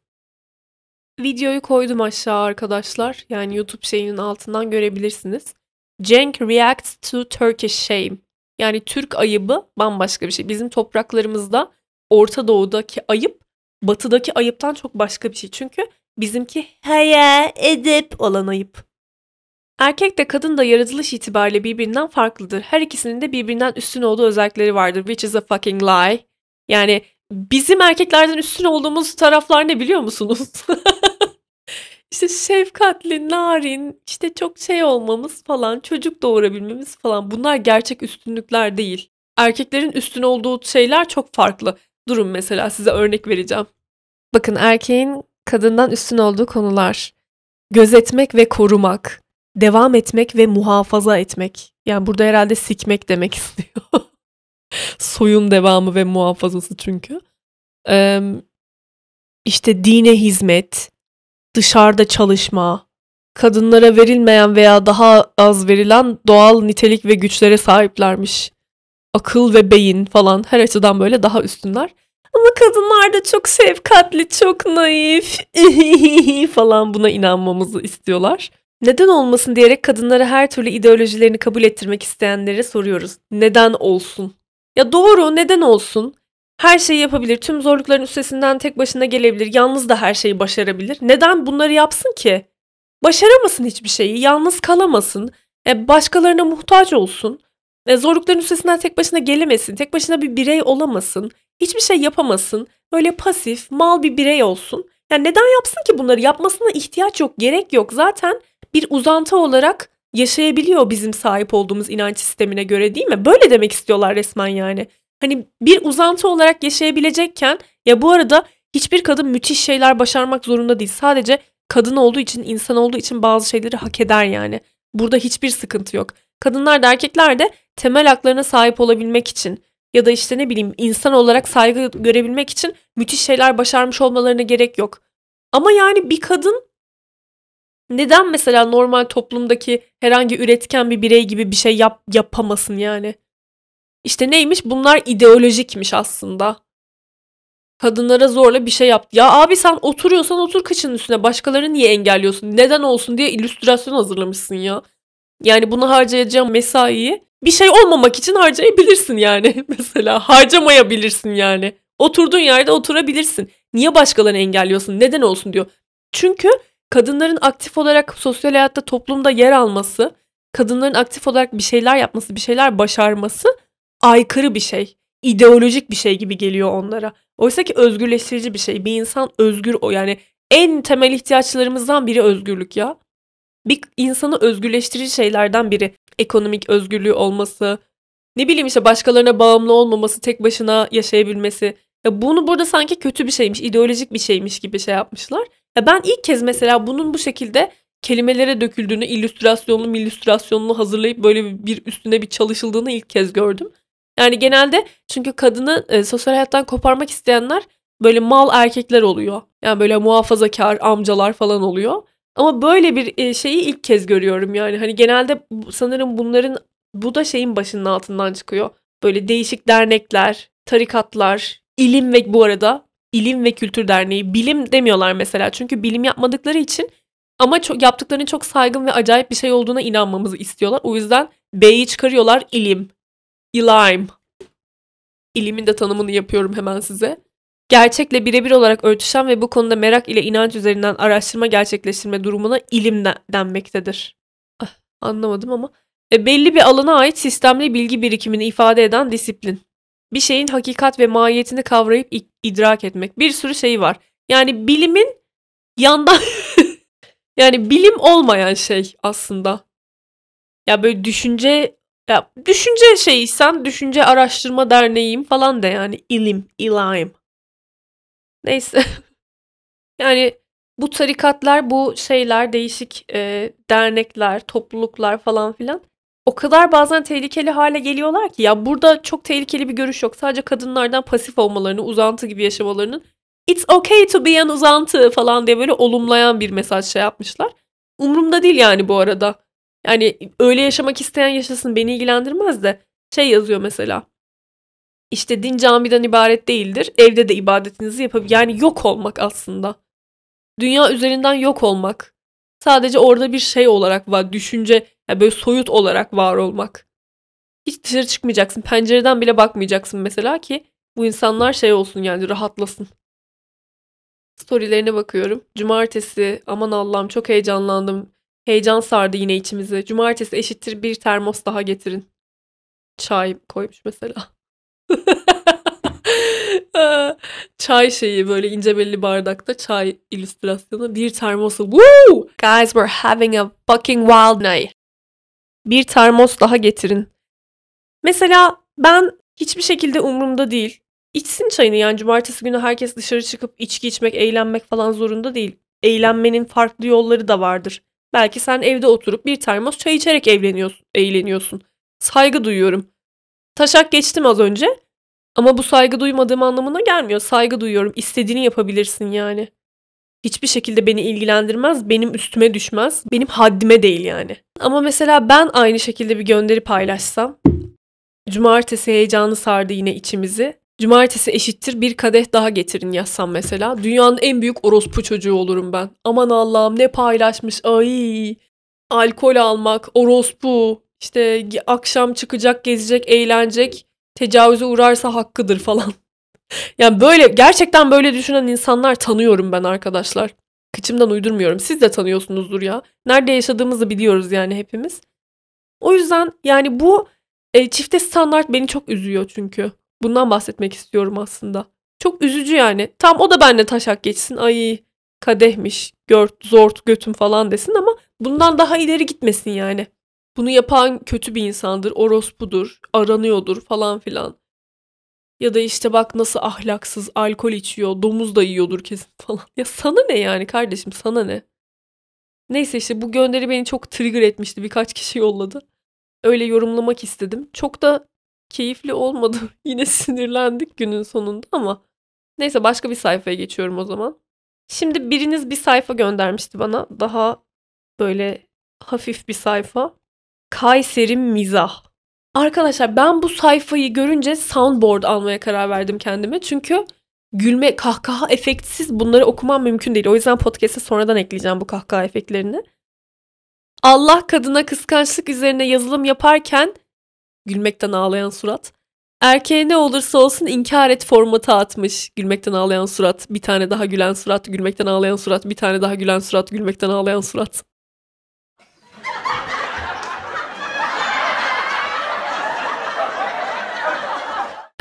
Speaker 1: Videoyu koydum aşağı arkadaşlar. Yani YouTube şeyinin altından görebilirsiniz. Cenk reacts to Turkish shame. Yani Türk ayıbı bambaşka bir şey. Bizim topraklarımızda Orta Doğu'daki ayıp Batı'daki ayıptan çok başka bir şey. Çünkü bizimki haya, edep olan ayıp. Erkek de kadın da yaratılış itibariyle birbirinden farklıdır. Her ikisinin de birbirinden üstün olduğu özellikleri vardır. Which is a fucking lie. Yani bizim erkeklerden üstün olduğumuz taraflar ne biliyor musunuz? İşte şefkatli, narin, işte çok şey olmamız falan, çocuk doğurabilmemiz falan. Bunlar gerçek üstünlükler değil. Erkeklerin üstün olduğu şeyler çok farklı. Durun, mesela size örnek vereceğim. Bakın, erkeğin kadından üstün olduğu konular: gözetmek ve korumak, devam etmek ve muhafaza etmek. Yani burada herhalde sikmek demek istiyor. Soyun devamı ve muhafazası çünkü. Ee, işte dine hizmet, dışarıda çalışma, kadınlara verilmeyen veya daha az verilen doğal nitelik ve güçlere sahiplermiş. Akıl ve beyin falan, her açıdan böyle daha üstünler. Ama kadınlar da çok şefkatli, çok naif falan, buna inanmamızı istiyorlar. Neden olmasın diyerek kadınlara her türlü ideolojilerini kabul ettirmek isteyenlere soruyoruz. Neden olsun? Ya doğru, neden olsun? Her şeyi yapabilir, tüm zorlukların üstesinden tek başına gelebilir, yalnız da her şeyi başarabilir. Neden bunları yapsın ki? Başaramasın hiçbir şeyi, yalnız kalamasın, e, başkalarına muhtaç olsun, e, zorlukların üstesinden tek başına gelemesin, tek başına bir birey olamasın, hiçbir şey yapamasın, böyle pasif, mal bir birey olsun. Yani neden yapsın ki bunları? Yapmasına ihtiyaç yok, gerek yok. Zaten bir uzantı olarak yaşayabiliyor bizim sahip olduğumuz inanç sistemine göre, değil mi? Böyle demek istiyorlar resmen yani. Hani bir uzantı olarak yaşayabilecekken, ya bu arada hiçbir kadın müthiş şeyler başarmak zorunda değil. Sadece kadın olduğu için, insan olduğu için bazı şeyleri hak eder yani. Burada hiçbir sıkıntı yok. Kadınlar da erkekler de temel haklarına sahip olabilmek için ya da işte ne bileyim insan olarak saygı görebilmek için müthiş şeyler başarmış olmalarına gerek yok. Ama yani bir kadın neden mesela normal toplumdaki herhangi üretken bir birey gibi bir şey yap, yapamasın yani? İşte neymiş? Bunlar ideolojikmiş aslında. Kadınlara zorla bir şey yaptı. Ya abi, sen oturuyorsan otur kıçının üstüne. Başkalarını niye engelliyorsun? Neden olsun diye illüstrasyon hazırlamışsın ya. Yani bunu harcayacağım mesaiyi bir şey olmamak için harcayabilirsin yani. Mesela harcamayabilirsin yani. Oturduğun yerde oturabilirsin. Niye başkalarını engelliyorsun? Neden olsun diyor. Çünkü kadınların aktif olarak sosyal hayatta, toplumda yer alması kadınların aktif olarak bir şeyler yapması, bir şeyler başarması aykırı bir şey. İdeolojik bir şey gibi geliyor onlara. Oysa ki özgürleştirici bir şey. Bir insan özgür o yani en temel ihtiyaçlarımızdan biri özgürlük ya. Bir insanı özgürleştirici şeylerden biri. Ekonomik özgürlüğü olması, ne bileyim işte başkalarına bağımlı olmaması, tek başına yaşayabilmesi. Ya bunu burada sanki kötü bir şeymiş, ideolojik bir şeymiş gibi şey yapmışlar. Ya ben ilk kez mesela bunun bu şekilde kelimelere döküldüğünü, illüstrasyonlu illüstrasyonlu hazırlayıp böyle bir üstüne bir çalışıldığını ilk kez gördüm. Yani genelde çünkü kadını e, sosyal hayattan koparmak isteyenler böyle mal erkekler oluyor. Yani böyle muhafazakar amcalar falan oluyor. Ama böyle bir e, şeyi ilk kez görüyorum yani. Hani genelde bu- sanırım bunların bu da şeyin başının altından çıkıyor. Böyle değişik dernekler, tarikatlar, ilim ve bu arada ilim ve kültür derneği. Bilim demiyorlar mesela çünkü bilim yapmadıkları için ama çok, yaptıklarının çok saygın ve acayip bir şey olduğuna inanmamızı istiyorlar. O yüzden B'yi çıkarıyorlar ilim. İlaim. İlimin de tanımını yapıyorum hemen size. Gerçekle birebir olarak örtüşen ve bu konuda merak ile inanç üzerinden araştırma gerçekleştirme durumuna ilim de- denmektedir. Ah, anlamadım ama. E, belli bir alana ait sistemli bilgi birikimini ifade eden disiplin. Bir şeyin hakikat ve mahiyetini kavrayıp i- idrak etmek. Bir sürü şey var. Yani bilimin yandan yani bilim olmayan şey aslında. Ya böyle düşünce ya düşünce şeysen düşünce araştırma derneğim falan de yani ilim, ilaim. Neyse. Yani bu tarikatlar, bu şeyler, değişik e, dernekler, topluluklar falan filan o kadar bazen tehlikeli hale geliyorlar ki ya burada çok tehlikeli bir görüş yok. Sadece kadınlardan pasif olmalarını, uzantı gibi yaşamalarının it's okay to be an uzantı falan diye böyle olumlayan bir mesaj şey yapmışlar. Umurumda değil yani bu arada. Yani öyle yaşamak isteyen yaşasın beni ilgilendirmez de şey yazıyor mesela. İşte din camiden ibaret değildir. Evde de ibadetinizi yapabilir. Yani yok olmak aslında. Dünya üzerinden yok olmak. Sadece orada bir şey olarak var. Düşünce, yani böyle soyut olarak var olmak. Hiç dışarı çıkmayacaksın. Pencereden bile bakmayacaksın mesela ki bu insanlar şey olsun yani rahatlasın. Storylerine bakıyorum. Cumartesi aman Allah'ım çok heyecanlandım. Heyecan sardı yine içimizi. Cumartesi eşittir bir termos daha getirin. Çay koymuş mesela. Çay şeyi böyle ince belli bardakta çay illüstrasyonu. Bir termosu. Woo! Guys we're having a fucking wild night. Bir termos daha getirin. Mesela ben hiçbir şekilde umurumda değil. İçsin çayını yani cumartesi günü herkes dışarı çıkıp içki içmek, eğlenmek falan zorunda değil. Eğlenmenin farklı yolları da vardır. Belki sen evde oturup bir termos çay içerek evleniyorsun, eğleniyorsun. Saygı duyuyorum. Taşak geçtim az önce. Ama bu saygı duymadığım anlamına gelmiyor. Saygı duyuyorum. İstediğini yapabilirsin yani. Hiçbir şekilde beni ilgilendirmez, benim üstüme düşmez, benim haddime değil yani. Ama mesela ben aynı şekilde bir gönderi paylaşsam, cumartesi heyecanı sardı yine içimizi. Cumartesi eşittir bir kadeh daha getirin yazsam mesela. Dünyanın en büyük orospu çocuğu olurum ben. Aman Allah'ım ne paylaşmış. Ay. Alkol almak, orospu. İşte akşam çıkacak, gezecek, eğlenecek. Tecavüze uğrarsa hakkıdır falan. Yani böyle gerçekten böyle düşünen insanlar tanıyorum ben arkadaşlar. Kıçımdan uydurmuyorum. Siz de tanıyorsunuzdur ya. Nerede yaşadığımızı biliyoruz yani hepimiz. O yüzden yani bu e, çifte standart beni çok üzüyor çünkü. Bundan bahsetmek istiyorum aslında. Çok üzücü yani. Tam o da benimle taşak geçsin. Ay kadehmiş, gört, zort, götüm falan desin ama bundan daha ileri gitmesin yani. Bunu yapan kötü bir insandır, orospudur, aranıyordur falan filan. Ya da işte bak nasıl ahlaksız, alkol içiyor, domuz da yiyordur kesin falan. Ya sana ne yani kardeşim sana ne? Neyse işte bu gönderi beni çok trigger etmişti. Birkaç kişi yolladı. Öyle yorumlamak istedim. Çok da keyifli olmadı. Yine sinirlendik günün sonunda ama. Neyse başka bir sayfaya geçiyorum o zaman. Şimdi biriniz bir sayfa göndermişti bana. Daha böyle hafif bir sayfa. Kayseri mizah. Arkadaşlar ben bu sayfayı görünce soundboard almaya karar verdim kendime. Çünkü gülme, kahkaha efektsiz bunları okumam mümkün değil. O yüzden podcast'e sonradan ekleyeceğim bu kahkaha efektlerini. Allah kadına kıskançlık üzerine yazılım yaparken gülmekten ağlayan surat. Erkeğe ne olursa olsun inkar et formatı atmış. Gülmekten ağlayan surat. Bir tane daha gülen surat. Gülmekten ağlayan surat. Bir tane daha gülen surat. Gülmekten ağlayan surat.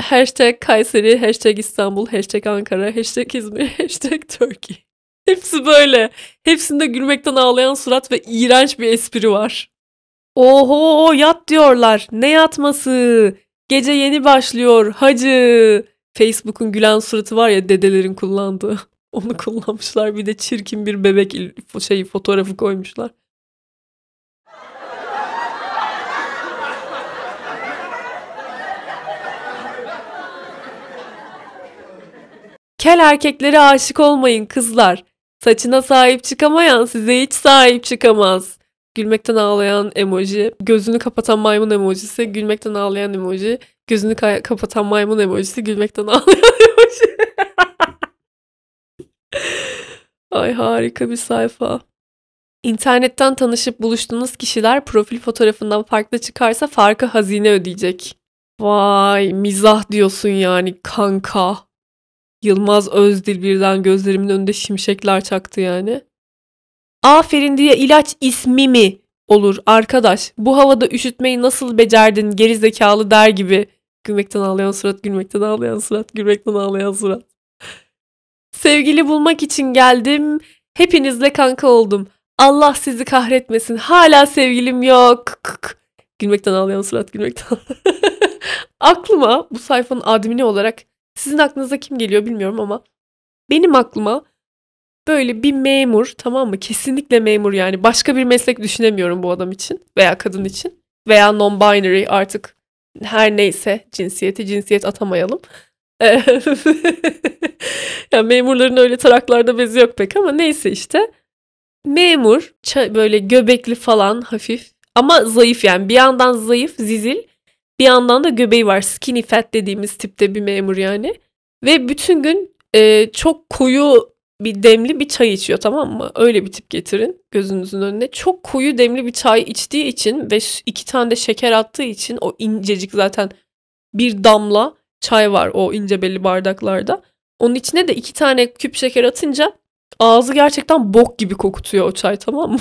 Speaker 1: Hashtag Kayseri, hashtag İstanbul, hashtag Ankara, hashtag İzmir, hashtag Turkey. Hepsi böyle. Hepsinde gülmekten ağlayan surat ve iğrenç bir espri var. Oho yat diyorlar. Ne yatması? Gece yeni başlıyor hacı. Facebook'un gülen suratı var ya dedelerin kullandığı. Onu kullanmışlar. Bir de çirkin bir bebek şey fotoğrafı koymuşlar. Kel erkeklere aşık olmayın kızlar. Saçına sahip çıkamayan size hiç sahip çıkamaz. Gülmekten ağlayan emoji, gözünü kapatan maymun emojisi, gülmekten ağlayan emoji, gözünü ka- kapatan maymun emojisi, gülmekten ağlayan emoji. Ay harika bir sayfa. İnternetten tanışıp buluştuğunuz kişiler profil fotoğrafından farklı çıkarsa farkı hazine ödeyecek. Vay mizah diyorsun yani kanka. Yılmaz Özdil birden gözlerimin önünde şimşekler çaktı yani. Aferin diye ilaç ismi mi olur arkadaş? Bu havada üşütmeyi nasıl becerdin geri zekalı der gibi. Gülmekten ağlayan surat, gülmekten ağlayan surat, gülmekten ağlayan surat. Sevgili bulmak için geldim. Hepinizle kanka oldum. Allah sizi kahretmesin. Hala sevgilim yok. Gülmekten ağlayan surat, gülmekten aklıma bu sayfanın admini olarak sizin aklınıza kim geliyor bilmiyorum ama benim aklıma böyle bir memur, tamam mı? Kesinlikle memur yani. Başka bir meslek düşünemiyorum bu adam için veya kadın için veya non-binary artık her neyse cinsiyeti cinsiyet atamayalım. Yani memurların öyle taraklarda bezi yok pek ama neyse işte. Memur böyle göbekli falan hafif ama zayıf yani bir yandan zayıf zizil bir yandan da göbeği var skinny fat dediğimiz tipte bir memur yani. Ve bütün gün e, çok koyu bir demli bir çay içiyor tamam mı? Öyle bir tip getirin gözünüzün önüne. Çok koyu demli bir çay içtiği için ve iki tane de şeker attığı için o incecik zaten bir damla çay var o ince belli bardaklarda. Onun içine de iki tane küp şeker atınca ağzı gerçekten bok gibi kokutuyor o çay tamam mı?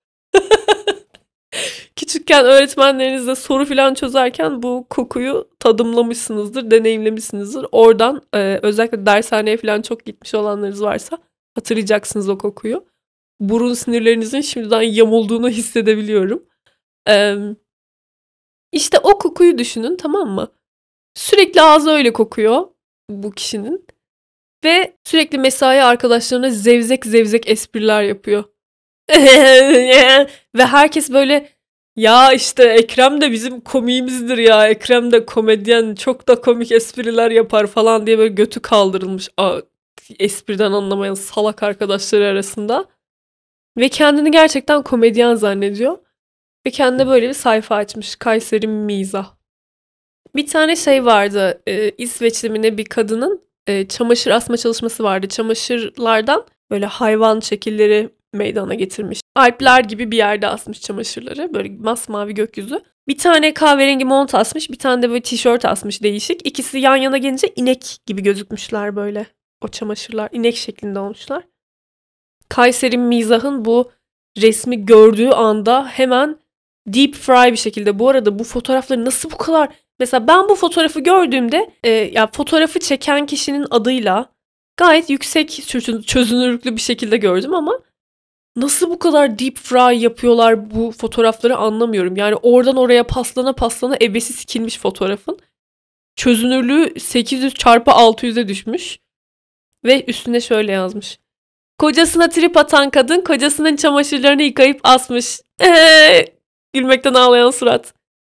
Speaker 1: Küçükken öğretmenlerinizle soru falan çözerken bu kokuyu tadımlamışsınızdır, deneyimlemişsinizdir. Oradan e, özellikle dershaneye falan çok gitmiş olanlarınız varsa hatırlayacaksınız o kokuyu. Burun sinirlerinizin şimdiden yamulduğunu hissedebiliyorum. E, işte o kokuyu düşünün tamam mı? Sürekli ağzı öyle kokuyor bu kişinin. Ve sürekli mesai arkadaşlarına zevzek zevzek espriler yapıyor. Ve herkes böyle ya işte Ekrem de bizim komiğimizdir ya. Ekrem de komedyen çok da komik espriler yapar falan diye böyle götü kaldırılmış a, espriden anlamayan salak arkadaşları arasında. Ve kendini gerçekten komedyen zannediyor. Ve kendine böyle bir sayfa açmış. Kayseri Mizah. Bir tane şey vardı. E, İsveçli mi ne bir kadının e, çamaşır asma çalışması vardı. Çamaşırlardan böyle hayvan şekilleri meydana getirmiş. Alpler gibi bir yerde asmış çamaşırları. Böyle masmavi gökyüzü. Bir tane kahverengi mont asmış. Bir tane de böyle tişört asmış değişik. İkisi yan yana gelince inek gibi gözükmüşler böyle. O çamaşırlar inek şeklinde olmuşlar. Kayseri Mizah'ın bu resmi gördüğü anda hemen deep fry bir şekilde. Bu arada bu fotoğrafları nasıl bu kadar... Mesela ben bu fotoğrafı gördüğümde e, ya fotoğrafı çeken kişinin adıyla gayet yüksek çözünürlüklü bir şekilde gördüm ama nasıl bu kadar deep fry yapıyorlar bu fotoğrafları anlamıyorum. Yani oradan oraya paslana paslana ebesi sikilmiş fotoğrafın. Çözünürlüğü sekiz yüz çarpı altı yüze düşmüş. Ve üstüne şöyle yazmış. Kocasına trip atan kadın kocasının çamaşırlarını yıkayıp asmış. Ee, gülmekten ağlayan surat.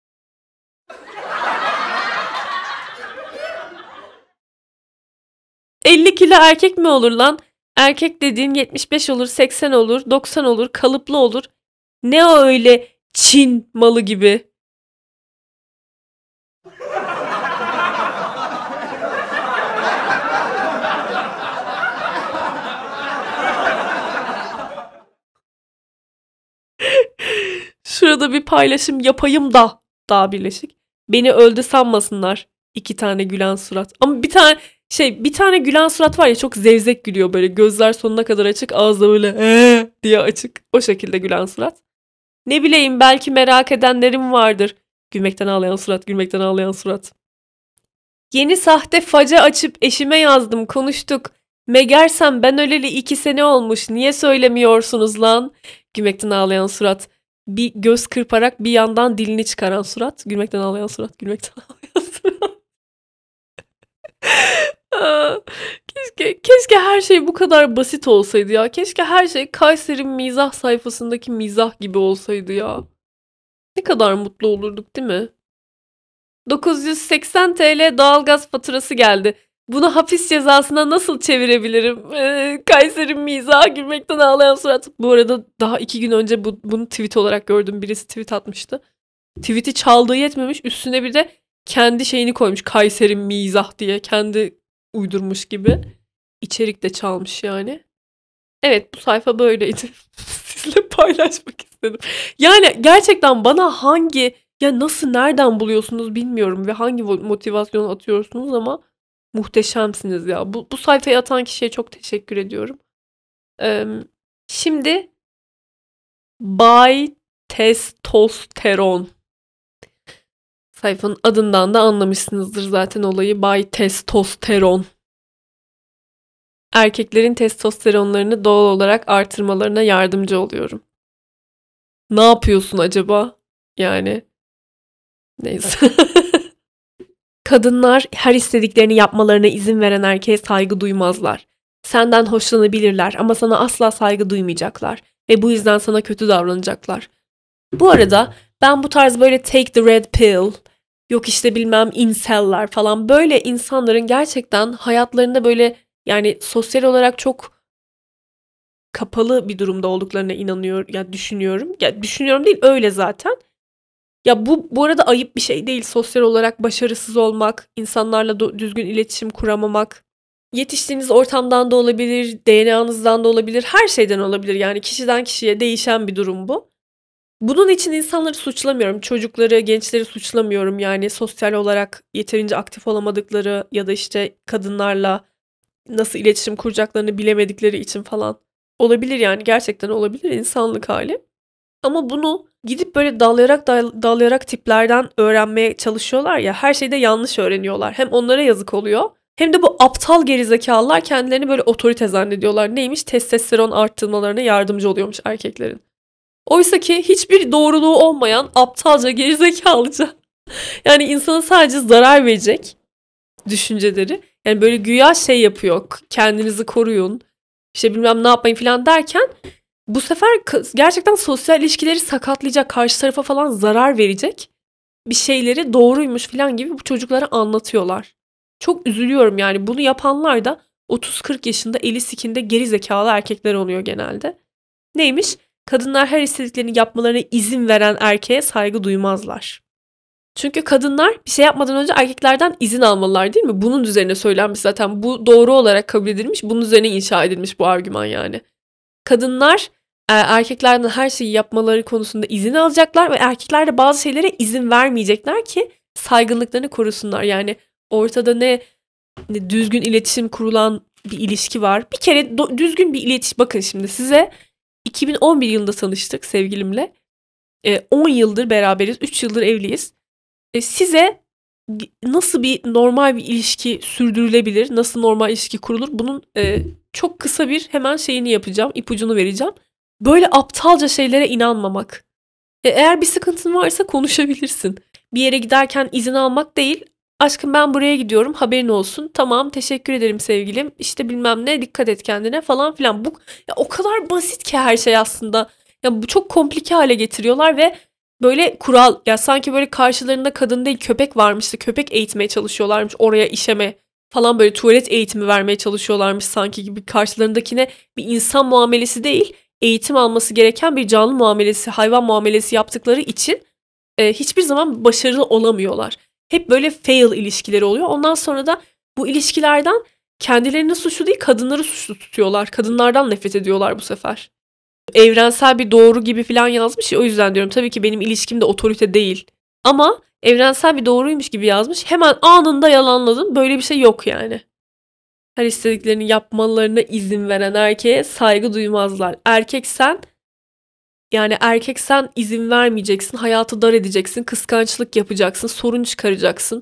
Speaker 1: elli kilo erkek mi olur lan? Erkek dediğin yetmiş beş olur, seksen olur, doksan olur, kalıplı olur. Ne o öyle Çin malı gibi? Şurada bir paylaşım yapayım da daha birleşik. Beni öldü sanmasınlar. İki tane gülen surat. Ama bir tane şey bir tane gülen surat var ya çok zevzek gülüyor böyle. Gözler sonuna kadar açık. Ağzı böyle ee diye açık. O şekilde gülen surat. Ne bileyim belki merak edenlerim vardır. Gülmekten ağlayan surat. Gülmekten ağlayan surat. Yeni sahte faca açıp eşime yazdım, konuştuk. Meğersem ben öleli iki sene olmuş. Niye söylemiyorsunuz lan? Gülmekten ağlayan surat. Bir göz kırparak bir yandan dilini çıkaran surat. Gülmekten ağlayan surat. Gülmekten ağlayan surat. Aa, keşke, keşke her şey bu kadar basit olsaydı ya. Keşke her şey Kayseri mizah sayfasındaki mizah gibi olsaydı ya. Ne kadar mutlu olurduk, değil mi? dokuz yüz seksen TL doğalgaz faturası geldi. Bunu hapis cezasına nasıl çevirebilirim? Ee, Kayseri mizahı, gülmekten ağlayan surat. Bu arada daha iki gün önce bu, bunu tweet olarak gördüm. Birisi tweet atmıştı. Tweet'i çaldığı yetmemiş. Üstüne bir de kendi şeyini koymuş. Kayseri mizah diye. Kendi uydurmuş gibi. İçerik de çalmış yani. Evet, bu sayfa böyleydi. Sizle paylaşmak istedim. Yani gerçekten bana hangi, ya nasıl, nereden buluyorsunuz bilmiyorum ve hangi motivasyonu atıyorsunuz ama muhteşemsiniz ya. Bu, bu sayfayı atan kişiye çok teşekkür ediyorum. Ee, şimdi Bay Testosteron. Sayfanın adından da anlamışsınızdır zaten olayı. Bay Testosteron. Erkeklerin testosteronlarını doğal olarak artırmalarına yardımcı oluyorum. Ne yapıyorsun acaba? Yani neyse. Kadınlar her istediklerini yapmalarına izin veren erkeğe saygı duymazlar. Senden hoşlanabilirler ama sana asla saygı duymayacaklar ve bu yüzden sana kötü davranacaklar. Bu arada ben bu tarz böyle take the red pill, yok işte bilmem incel'ler falan, böyle insanların gerçekten hayatlarında böyle, yani sosyal olarak çok kapalı bir durumda olduklarına inanıyor, ya düşünüyorum. Ya düşünüyorum değil, öyle zaten. Ya bu bu arada ayıp bir şey değil. Sosyal olarak başarısız olmak, insanlarla do- düzgün iletişim kuramamak, yetiştiğiniz ortamdan da olabilir, D N A'nızdan da olabilir, her şeyden olabilir. Yani kişiden kişiye değişen bir durum bu. Bunun için insanları suçlamıyorum. Çocukları, gençleri suçlamıyorum. Yani sosyal olarak yeterince aktif olamadıkları ya da işte kadınlarla nasıl iletişim kuracaklarını bilemedikleri için falan olabilir, yani gerçekten olabilir, insanlık hali. Ama bunu gidip böyle dallayarak dallayarak tiplerden öğrenmeye çalışıyorlar ya, her şeyde yanlış öğreniyorlar. Hem onlara yazık oluyor, hem de bu aptal gerizekalılar kendilerini böyle otorite zannediyorlar. Neymiş? Testosteron arttırmalarına yardımcı oluyormuş erkeklerin. Oysa ki hiçbir doğruluğu olmayan aptalca, gerizekalıca, yani insana sadece zarar verecek düşünceleri. Yani böyle güya şey yapıyor, kendinizi koruyun, işte bilmem ne yapmayın falan derken bu sefer gerçekten sosyal ilişkileri sakatlayacak, karşı tarafa falan zarar verecek bir şeyleri doğruymuş falan gibi bu çocuklara anlatıyorlar. Çok üzülüyorum yani, bunu yapanlar da otuz kırk yaşında eli sikinde geri zekalı erkekler oluyor genelde. Neymiş? Kadınlar her istediklerini yapmalarına izin veren erkeğe saygı duymazlar. Çünkü kadınlar bir şey yapmadan önce erkeklerden izin almalılar, değil mi? Bunun üzerine söylenmiş zaten. Bu doğru olarak kabul edilmiş. Bunun üzerine inşa edilmiş bu argüman yani. Kadınlar erkeklerden her şeyi yapmaları konusunda izin alacaklar ve erkekler de bazı şeylere izin vermeyecekler ki saygınlıklarını korusunlar. Yani ortada ne, ne düzgün iletişim kurulan bir ilişki var. Bir kere do- düzgün bir iletişim. Bakın şimdi size iki bin on bir yılında tanıştık sevgilimle. on yıldır beraberiz. üç yıldır evliyiz. Size nasıl bir normal bir ilişki sürdürülebilir, nasıl normal ilişki kurulur, bunun e, çok kısa bir hemen şeyini yapacağım, ipucunu vereceğim. Böyle aptalca şeylere inanmamak. E, eğer bir sıkıntın varsa konuşabilirsin. Bir yere giderken izin almak değil, aşkım ben buraya gidiyorum, haberin olsun, tamam teşekkür ederim sevgilim, işte bilmem ne, dikkat et kendine falan filan. Bu ya, o kadar basit ki her şey aslında. Ya bu çok komplike hale getiriyorlar ve böyle kural, ya sanki böyle karşılarında kadın değil köpek varmış da köpek eğitmeye çalışıyorlarmış, oraya işeme falan, böyle tuvalet eğitimi vermeye çalışıyorlarmış sanki gibi, karşılarındakine bir insan muamelesi değil, eğitim alması gereken bir canlı muamelesi, hayvan muamelesi yaptıkları için e, hiçbir zaman başarılı olamıyorlar. Hep böyle fail ilişkileri oluyor. Ondan sonra da bu ilişkilerden kendilerini suçlu değil, kadınları suçlu tutuyorlar. Kadınlardan nefret ediyorlar bu sefer. Evrensel bir doğru gibi falan yazmış ya, o yüzden diyorum tabii ki benim ilişkim de otorite değil. Ama evrensel bir doğruymuş gibi yazmış. Hemen anında yalanladım. Böyle bir şey yok yani. Her istediklerini yapmalarına izin veren erkeğe saygı duymazlar. Erkek sen, yani erkek sen izin vermeyeceksin. Hayatı dar edeceksin. Kıskançlık yapacaksın. Sorun çıkaracaksın.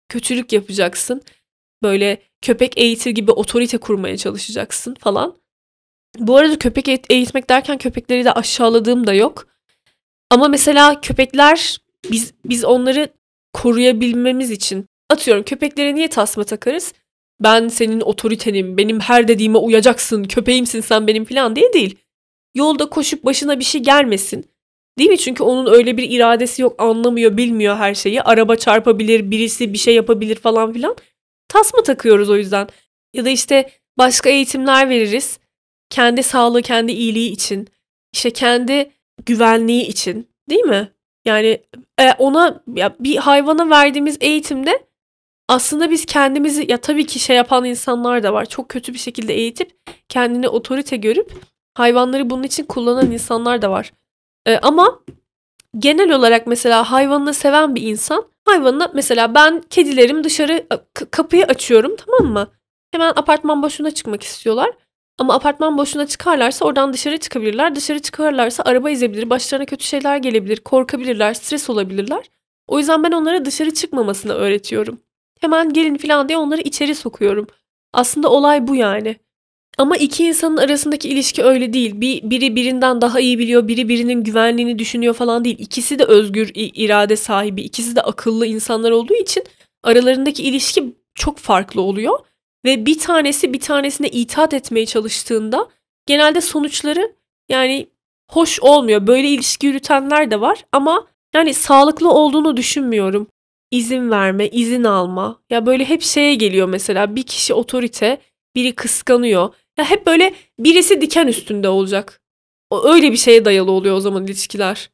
Speaker 1: kötülük yapacaksın. Böyle köpek eğitir gibi otorite kurmaya çalışacaksın falan. Bu arada köpek eğitmek derken köpekleri de aşağıladığım da yok. Ama mesela köpekler biz biz onları koruyabilmemiz için atıyorum köpeklere niye tasma takarız? Ben senin otoritenim, benim her dediğime uyacaksın, köpeğimsin sen benim falan diye değil. Yolda koşup başına bir şey gelmesin. Değil mi? Çünkü onun öyle bir iradesi yok, anlamıyor, bilmiyor her şeyi. Araba çarpabilir, birisi bir şey yapabilir falan filan. Tasma takıyoruz o yüzden. Ya da işte başka eğitimler veririz. Kendi sağlığı, kendi iyiliği için. İşte kendi güvenliği için. Değil mi? Yani e, ona ya bir hayvana verdiğimiz eğitimde aslında biz kendimizi ya tabii ki şey yapan insanlar da var. Çok kötü bir şekilde eğitip kendini otorite görüp hayvanları bunun için kullanan insanlar da var. E, ama genel olarak mesela hayvanını seven bir insan hayvanına mesela ben kedilerim dışarı k- kapıyı açıyorum, tamam mı? Hemen apartman boşluğuna çıkmak istiyorlar. Ama apartman boşluğuna çıkarlarsa oradan dışarı çıkabilirler. Dışarı çıkarlarsa araba ezebilir, başlarına kötü şeyler gelebilir, korkabilirler, stres olabilirler. O yüzden ben onlara dışarı çıkmamasını öğretiyorum. Hemen gelin falan diye onları içeri sokuyorum. Aslında olay bu yani. Ama iki insanın arasındaki ilişki öyle değil. Bir, biri birinden daha iyi biliyor, biri birinin güvenliğini düşünüyor falan değil. İkisi de özgür irade sahibi, ikisi de akıllı insanlar olduğu için aralarındaki ilişki çok farklı oluyor. Ve bir tanesi bir tanesine itaat etmeye çalıştığında genelde sonuçları yani hoş olmuyor. Böyle ilişki yürütenler de var ama yani sağlıklı olduğunu düşünmüyorum. İzin verme, izin alma. Ya böyle hep şeye geliyor mesela bir kişi otorite, biri kıskanıyor. Ya hep böyle birisi diken üstünde olacak. O öyle bir şeye dayalı oluyor o zaman ilişkiler.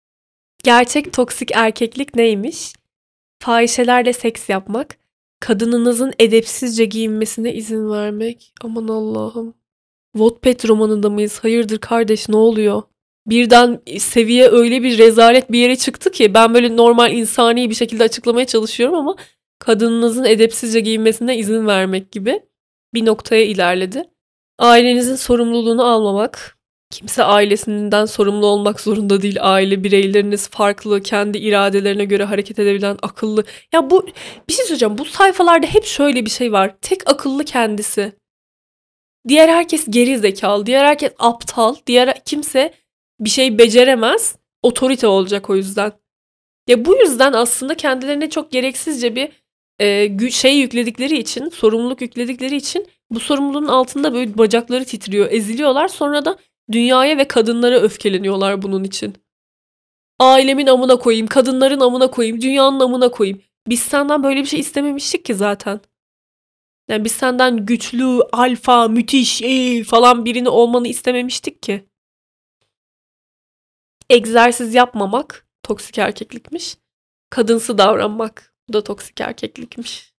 Speaker 1: Gerçek toksik erkeklik neymiş? Fahişelerle seks yapmak, kadınınızın edepsizce giyinmesine izin vermek. Aman Allah'ım. Wattpad romanında mıyız? Hayırdır kardeş, ne oluyor? Birden seviye öyle bir rezalet bir yere çıktı ki ben böyle normal insani bir şekilde açıklamaya çalışıyorum ama kadınınızın edepsizce giyinmesine izin vermek gibi bir noktaya ilerledi. Ailenizin sorumluluğunu almamak. Kimse ailesinden sorumlu olmak zorunda değil. Aile bireyleriniz farklı, kendi iradelerine göre hareket edebilen akıllı. Ya bu bir şey söyleyeceğim. Bu sayfalarda hep şöyle bir şey var. Tek akıllı kendisi. Diğer herkes geri zekalı, diğer herkes aptal, diğer kimse bir şey beceremez. Otorite olacak o yüzden. Ya bu yüzden aslında kendilerine çok gereksizce bir e, şey yükledikleri için, sorumluluk yükledikleri için bu sorumluluğun altında böyle bacakları titriyor, eziliyorlar. Sonra da dünyaya ve kadınlara öfkeleniyorlar bunun için. Ailemin amına koyayım, kadınların amına koyayım, dünyanın amına koyayım. Biz senden böyle bir şey istememiştik ki zaten. Yani biz senden güçlü, alfa, müthiş ee, falan birini olmanı istememiştik ki. Egzersiz yapmamak toksik erkeklikmiş. Kadınsı davranmak bu da toksik erkeklikmiş.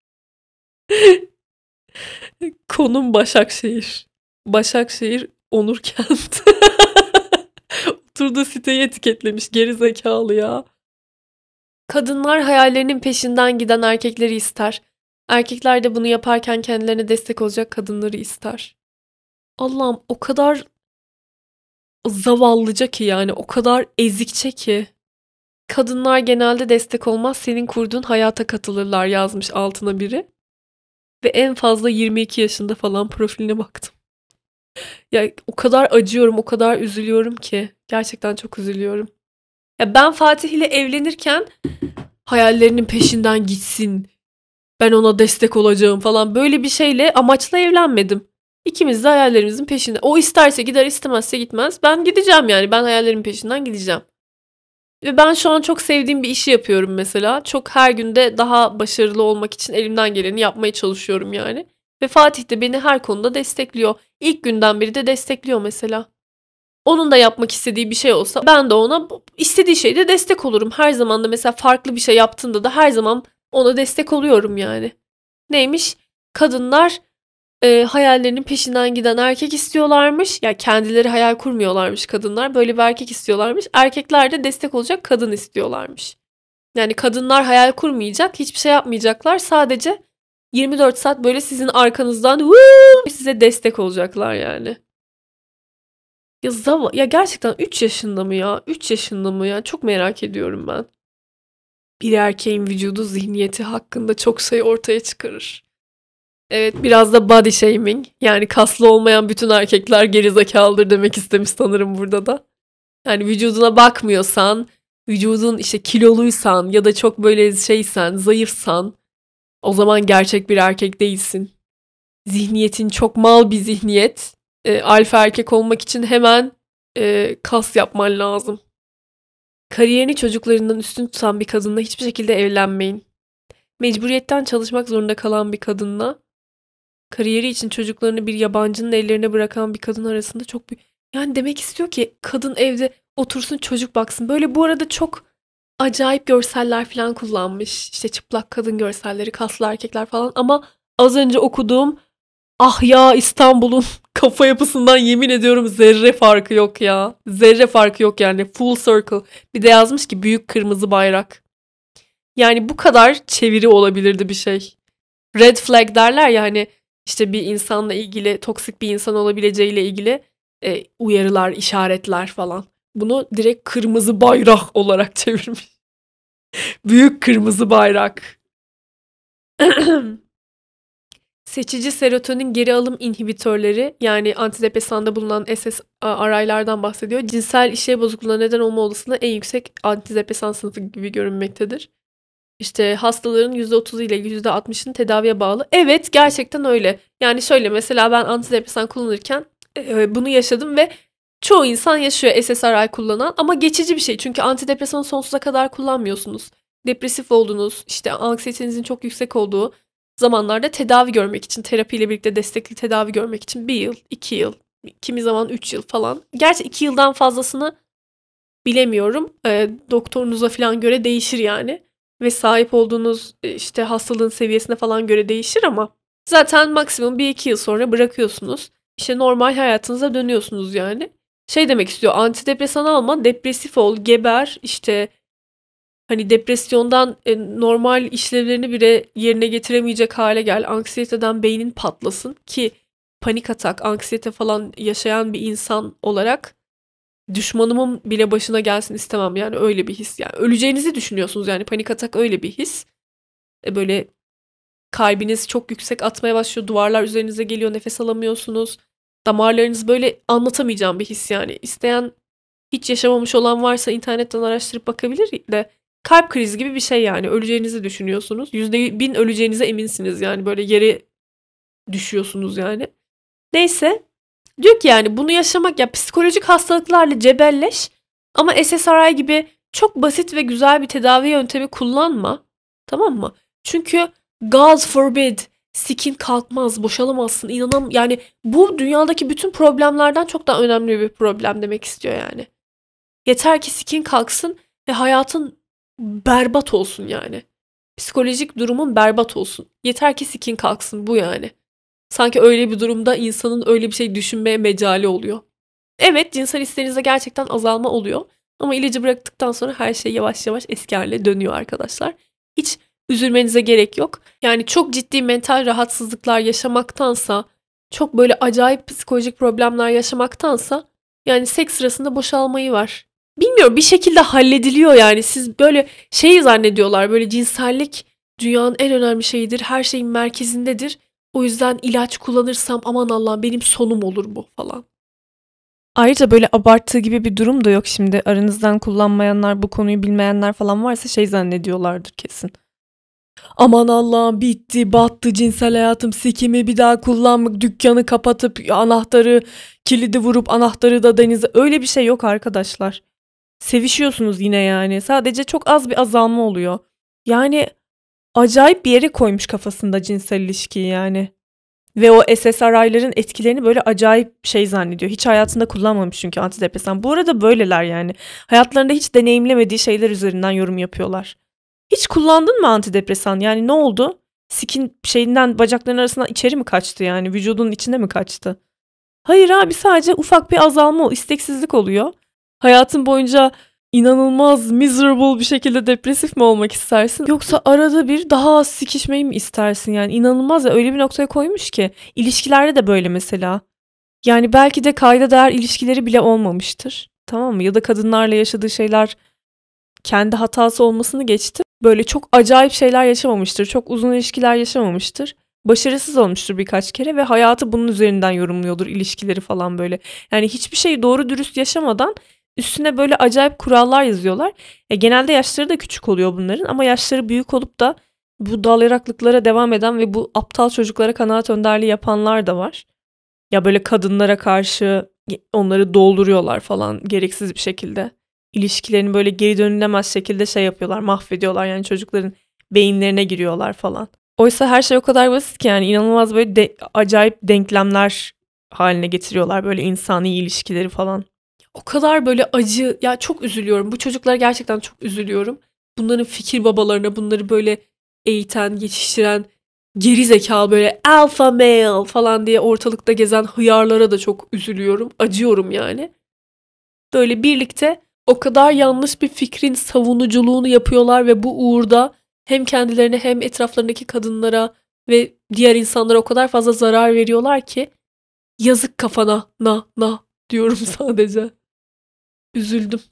Speaker 1: Konum Başakşehir. Başakşehir Onurkent. Oturduğu siteyi etiketlemiş geri zekalı ya. Kadınlar hayallerinin peşinden giden erkekleri ister. Erkekler de bunu yaparken kendilerine destek olacak kadınları ister. Allah'ım o kadar zavallıca ki yani o kadar ezikçe ki. Kadınlar genelde destek olmaz, senin kurduğun hayata katılırlar yazmış altına biri. Ve en fazla yirmi iki yaşında falan profiline baktım. Ya o kadar acıyorum, o kadar üzülüyorum ki. Gerçekten çok üzülüyorum. Ya ben Fatih ile evlenirken hayallerinin peşinden gitsin. Ben ona destek olacağım falan böyle bir şeyle amaçla evlenmedim. İkimiz de hayallerimizin peşinde. O isterse gider, istemezse gitmez. Ben gideceğim yani. Ben hayallerimin peşinden gideceğim. Ve ben şu an çok sevdiğim bir işi yapıyorum mesela. Çok her günde daha başarılı olmak için elimden geleni yapmaya çalışıyorum yani. Ve Fatih de beni her konuda destekliyor. İlk günden beri de destekliyor mesela. Onun da yapmak istediği bir şey olsa ben de ona istediği şeyde destek olurum. Her zaman da mesela farklı bir şey yaptığında da her zaman ona destek oluyorum yani. Neymiş? Kadınlar e, hayallerinin peşinden giden erkek istiyorlarmış. Ya yani kendileri hayal kurmuyorlarmış kadınlar. Böyle bir erkek istiyorlarmış. Erkekler de destek olacak kadın istiyorlarmış. Yani kadınlar hayal kurmayacak, hiçbir şey yapmayacaklar. Sadece yirmi dört saat böyle sizin arkanızdan Woo! Size destek olacaklar yani. Ya Zava ya gerçekten üç yaşında mı ya? üç yaşında mı ya? Çok merak ediyorum ben. bir erkeğin vücudu zihniyeti hakkında çok şey ortaya çıkarır. Evet, biraz da body shaming. Yani kaslı olmayan bütün erkekler gerizekalıdır demek istemiş sanırım burada da. Yani vücuduna bakmıyorsan, vücudun işte kiloluysan ya da çok böyle şeysen, zayıfsan o zaman gerçek bir erkek değilsin. Zihniyetin çok mal bir zihniyet. E, alfa erkek olmak için hemen e, kas yapman lazım. Kariyerini çocuklarından üstün tutan bir kadınla hiçbir şekilde evlenmeyin. Mecburiyetten çalışmak zorunda kalan bir kadınla kariyeri için çocuklarını bir yabancının ellerine bırakan bir kadın arasında çok büyük... Yani demek istiyor ki kadın evde otursun çocuk baksın. Böyle bu arada çok acayip görseller falan kullanmış. İşte çıplak kadın görselleri, kaslı erkekler falan. Ama az önce okuduğum ah ya İstanbul'un kafa yapısından yemin ediyorum zerre farkı yok ya. Zerre farkı yok yani. Full circle. Bir de yazmış ki büyük kırmızı bayrak. Yani bu kadar çeviri olabilirdi bir şey. Red flag derler ya hani işte bir insanla ilgili, toksik bir insan olabileceğiyle ilgili e, uyarılar, işaretler falan. Bunu direkt kırmızı bayrak olarak çevirmiş. Büyük kırmızı bayrak. Seçici serotonin geri alım inhibitörleri yani antidepresanda bulunan S S R I'lardan bahsediyor. Cinsel işlev bozukluğuna neden olma olasılığı en yüksek antidepresan sınıfı gibi görünmektedir. İşte hastaların yüzde otuzu ile yüzde altmışının tedaviye bağlı. Evet gerçekten öyle. Yani şöyle mesela ben antidepresan kullanırken e, bunu yaşadım ve çoğu insan yaşıyor S S R I kullanan ama geçici bir şey. Çünkü antidepresanı sonsuza kadar kullanmıyorsunuz. Depresif olduğunuz, işte anksiyetenizin çok yüksek olduğu zamanlarda tedavi görmek için, terapiyle birlikte destekli tedavi görmek için bir yıl, iki yıl, kimi zaman üç yıl falan. Gerçi iki yıldan fazlasını bilemiyorum. E, doktorunuza falan göre değişir yani. Ve sahip olduğunuz işte hastalığın seviyesine falan göre değişir ama zaten maksimum bir iki yıl sonra bırakıyorsunuz. İşte normal hayatınıza dönüyorsunuz yani. Şey demek istiyor, antidepresan alma, depresif ol, geber, işte hani depresyondan e, normal işlevlerini bile yerine getiremeyecek hale gel. Anksiyeteden beynin patlasın ki panik atak, anksiyete falan yaşayan bir insan olarak düşmanımın bile başına gelsin istemem. Yani öyle bir his. Yani öleceğinizi düşünüyorsunuz yani panik atak öyle bir his. E böyle kalbiniz çok yüksek atmaya başlıyor. Duvarlar üzerinize geliyor, nefes alamıyorsunuz. Damarlarınız böyle anlatamayacağım bir his yani. İsteyen hiç yaşamamış olan varsa internetten araştırıp bakabilir de kalp krizi gibi bir şey yani. Öleceğinizi düşünüyorsunuz. Yüzde bin öleceğinize eminsiniz yani. Böyle yere düşüyorsunuz yani. Neyse. Diyor ki yani bunu yaşamak ya psikolojik hastalıklarla cebelleş ama S S R I gibi çok basit ve güzel bir tedavi yöntemi kullanma. Tamam mı? Çünkü God forbid sikin kalkmaz, boşalamazsın. İnanam yani bu dünyadaki bütün problemlerden çok daha önemli bir problem demek istiyor yani. Yeter ki sikin kalksın ve hayatın berbat olsun yani. Psikolojik durumun berbat olsun. Yeter ki sikin kalksın bu yani. Sanki öyle bir durumda insanın öyle bir şey düşünmeye mecali oluyor. Evet cinsel isteğinizde gerçekten azalma oluyor. Ama ilacı bıraktıktan sonra her şey yavaş yavaş eski haline dönüyor arkadaşlar. Hiç üzülmenize gerek yok. Yani çok ciddi mental rahatsızlıklar yaşamaktansa, çok böyle acayip psikolojik problemler yaşamaktansa yani seks sırasında boşalmayı var. Bilmiyorum bir şekilde hallediliyor yani. Siz böyle şeyi zannediyorlar böyle cinsellik dünyanın en önemli şeyidir. Her şeyin merkezindedir. O yüzden ilaç kullanırsam aman Allah'ım benim sonum olur bu falan. Ayrıca böyle abarttığı gibi bir durum da yok şimdi. Aranızdan kullanmayanlar, bu konuyu bilmeyenler falan varsa şey zannediyorlardır kesin. Aman Allah'ım bitti, battı cinsel hayatım, sikimi bir daha kullanmak, dükkanı kapatıp anahtarı, kilidi vurup anahtarı da denize. Öyle bir şey yok arkadaşlar. Sevişiyorsunuz yine yani. Sadece çok az bir azalma oluyor. Yani acayip bir yere koymuş kafasında cinsel ilişkiyi yani. Ve o S S R I'ların etkilerini böyle acayip şey zannediyor. Hiç hayatında kullanmamış çünkü antidepresan. Bu arada böyleler yani. Hayatlarında hiç deneyimlemediği şeyler üzerinden yorum yapıyorlar. Hiç kullandın mı antidepresan? Yani ne oldu? Sikin şeyinden bacakların arasından içeri mi kaçtı yani? Vücudunun içine mi kaçtı? Hayır abi sadece ufak bir azalma, isteksizlik oluyor. Hayatın boyunca inanılmaz miserable bir şekilde depresif mi olmak istersin? Yoksa arada bir daha az sikişmeyi mi istersin? Yani inanılmaz ya öyle bir noktaya koymuş ki. İlişkilerde de böyle mesela. Yani belki de kayda değer ilişkileri bile olmamıştır. Tamam mı? Ya da kadınlarla yaşadığı şeyler kendi hatası olmasını geçti. böyle çok acayip şeyler yaşamamıştır. Çok uzun ilişkiler yaşamamıştır. Başarısız olmuştur birkaç kere ve hayatı bunun üzerinden yorumluyordur, ilişkileri falan böyle. Yani hiçbir şeyi doğru dürüst yaşamadan üstüne böyle acayip kurallar yazıyorlar. E, genelde yaşları da küçük oluyor bunların ama yaşları büyük olup da bu dalayaraklıklara devam eden ve bu aptal çocuklara kanaat önderliği yapanlar da var. Ya böyle kadınlara karşı onları dolduruyorlar falan gereksiz bir şekilde. İlişkilerini böyle geri dönülemez şekilde şey yapıyorlar, mahvediyorlar yani çocukların beyinlerine giriyorlar falan. Oysa her şey o kadar basit ki yani inanılmaz böyle de, acayip denklemler haline getiriyorlar böyle insani ilişkileri falan. O kadar böyle acı ya, çok üzülüyorum. Bu çocuklara gerçekten çok üzülüyorum. Bunların fikir babalarına, bunları böyle eğiten, yetiştiren geri zekalı böyle alpha male falan diye ortalıkta gezen hıyarlara da çok üzülüyorum. Acıyorum yani. Böyle birlikte o kadar yanlış bir fikrin savunuculuğunu yapıyorlar ve bu uğurda hem kendilerine hem etraflarındaki kadınlara ve diğer insanlara o kadar fazla zarar veriyorlar ki yazık kafana na na diyorum sadece. Üzüldüm.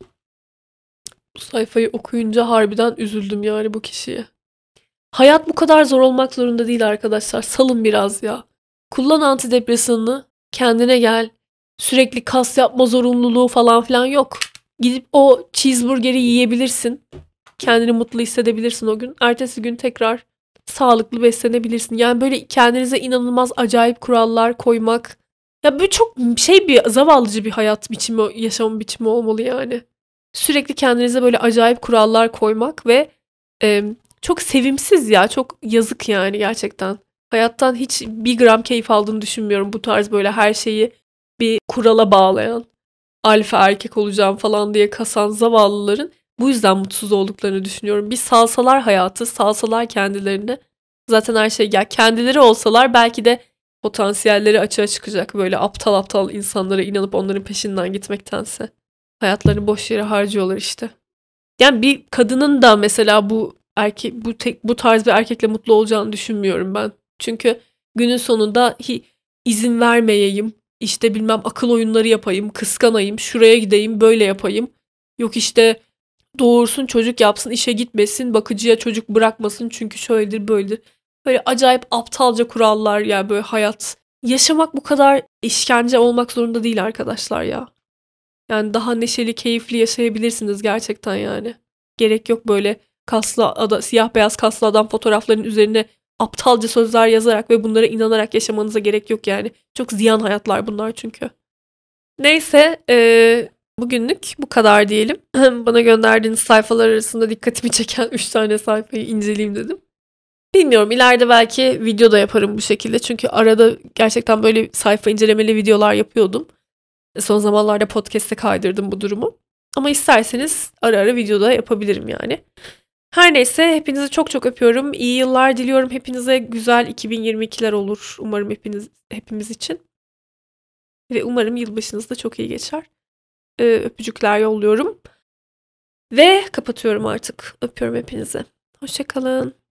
Speaker 1: Bu sayfayı okuyunca harbiden üzüldüm yani bu kişiye. Hayat bu kadar zor olmak zorunda değil arkadaşlar. Salın biraz ya. Kullan antidepresanını, kendine gel. Sürekli kas yapma zorunluluğu falan filan yok. Gidip o cheeseburgeri yiyebilirsin. Kendini mutlu hissedebilirsin o gün. Ertesi gün tekrar sağlıklı beslenebilirsin. Yani böyle kendinize inanılmaz acayip kurallar koymak. Ya bu çok şey bir zavallıcı bir hayat biçimi, yaşam biçimi olmalı yani. Sürekli kendinize böyle acayip kurallar koymak ve e, çok sevimsiz ya. Çok yazık yani gerçekten. Hayattan hiç bir gram keyif aldığını düşünmüyorum bu tarz böyle her şeyi bir kurala bağlayan, alfa erkek olacağım falan diye kasan zavallıların bu yüzden mutsuz olduklarını düşünüyorum. Bir salsalar hayatı, salsalar kendilerini. Zaten her şey ya kendileri olsalar belki de potansiyelleri açığa çıkacak. Böyle aptal aptal insanlara inanıp onların peşinden gitmektense. Hayatlarını boş yere harcıyorlar işte. Yani bir kadının da mesela bu erkek bu tek, bu tarz bir erkekle mutlu olacağını düşünmüyorum ben. Çünkü günün sonunda hi, izin vermeyeyim, işte bilmem akıl oyunları yapayım, kıskanayım, şuraya gideyim, böyle yapayım. Yok işte doğursun, çocuk yapsın, işe gitmesin, bakıcıya çocuk bırakmasın çünkü şöyledir, böyledir. Böyle acayip aptalca kurallar ya, böyle hayat. Yaşamak bu kadar işkence olmak zorunda değil arkadaşlar ya. Yani daha neşeli, keyifli yaşayabilirsiniz gerçekten yani. Gerek yok böyle kaslı ada, siyah beyaz kaslı adam fotoğraflarının üzerine aptalca sözler yazarak ve bunlara inanarak yaşamanıza gerek yok yani. Çok ziyan hayatlar bunlar çünkü. Neyse e, bugünlük bu kadar diyelim. Bana gönderdiğiniz sayfalar arasında dikkatimi çeken üç tane sayfayı inceleyeyim dedim. Bilmiyorum, ileride belki video da yaparım bu şekilde. Çünkü arada gerçekten böyle sayfa incelemeli videolar yapıyordum. Son zamanlarda podcast'e kaydırdım bu durumu. Ama isterseniz ara ara videoda yapabilirim yani. Her neyse hepinizi çok çok öpüyorum. İyi yıllar diliyorum hepinize. Güzel iki bin yirmi ikiler olur umarım hepiniz hepimiz için. Ve umarım yılbaşınız da çok iyi geçer. Ee, öpücükler yolluyorum. Ve kapatıyorum artık. Öpüyorum hepinizi. Hoşça kalın.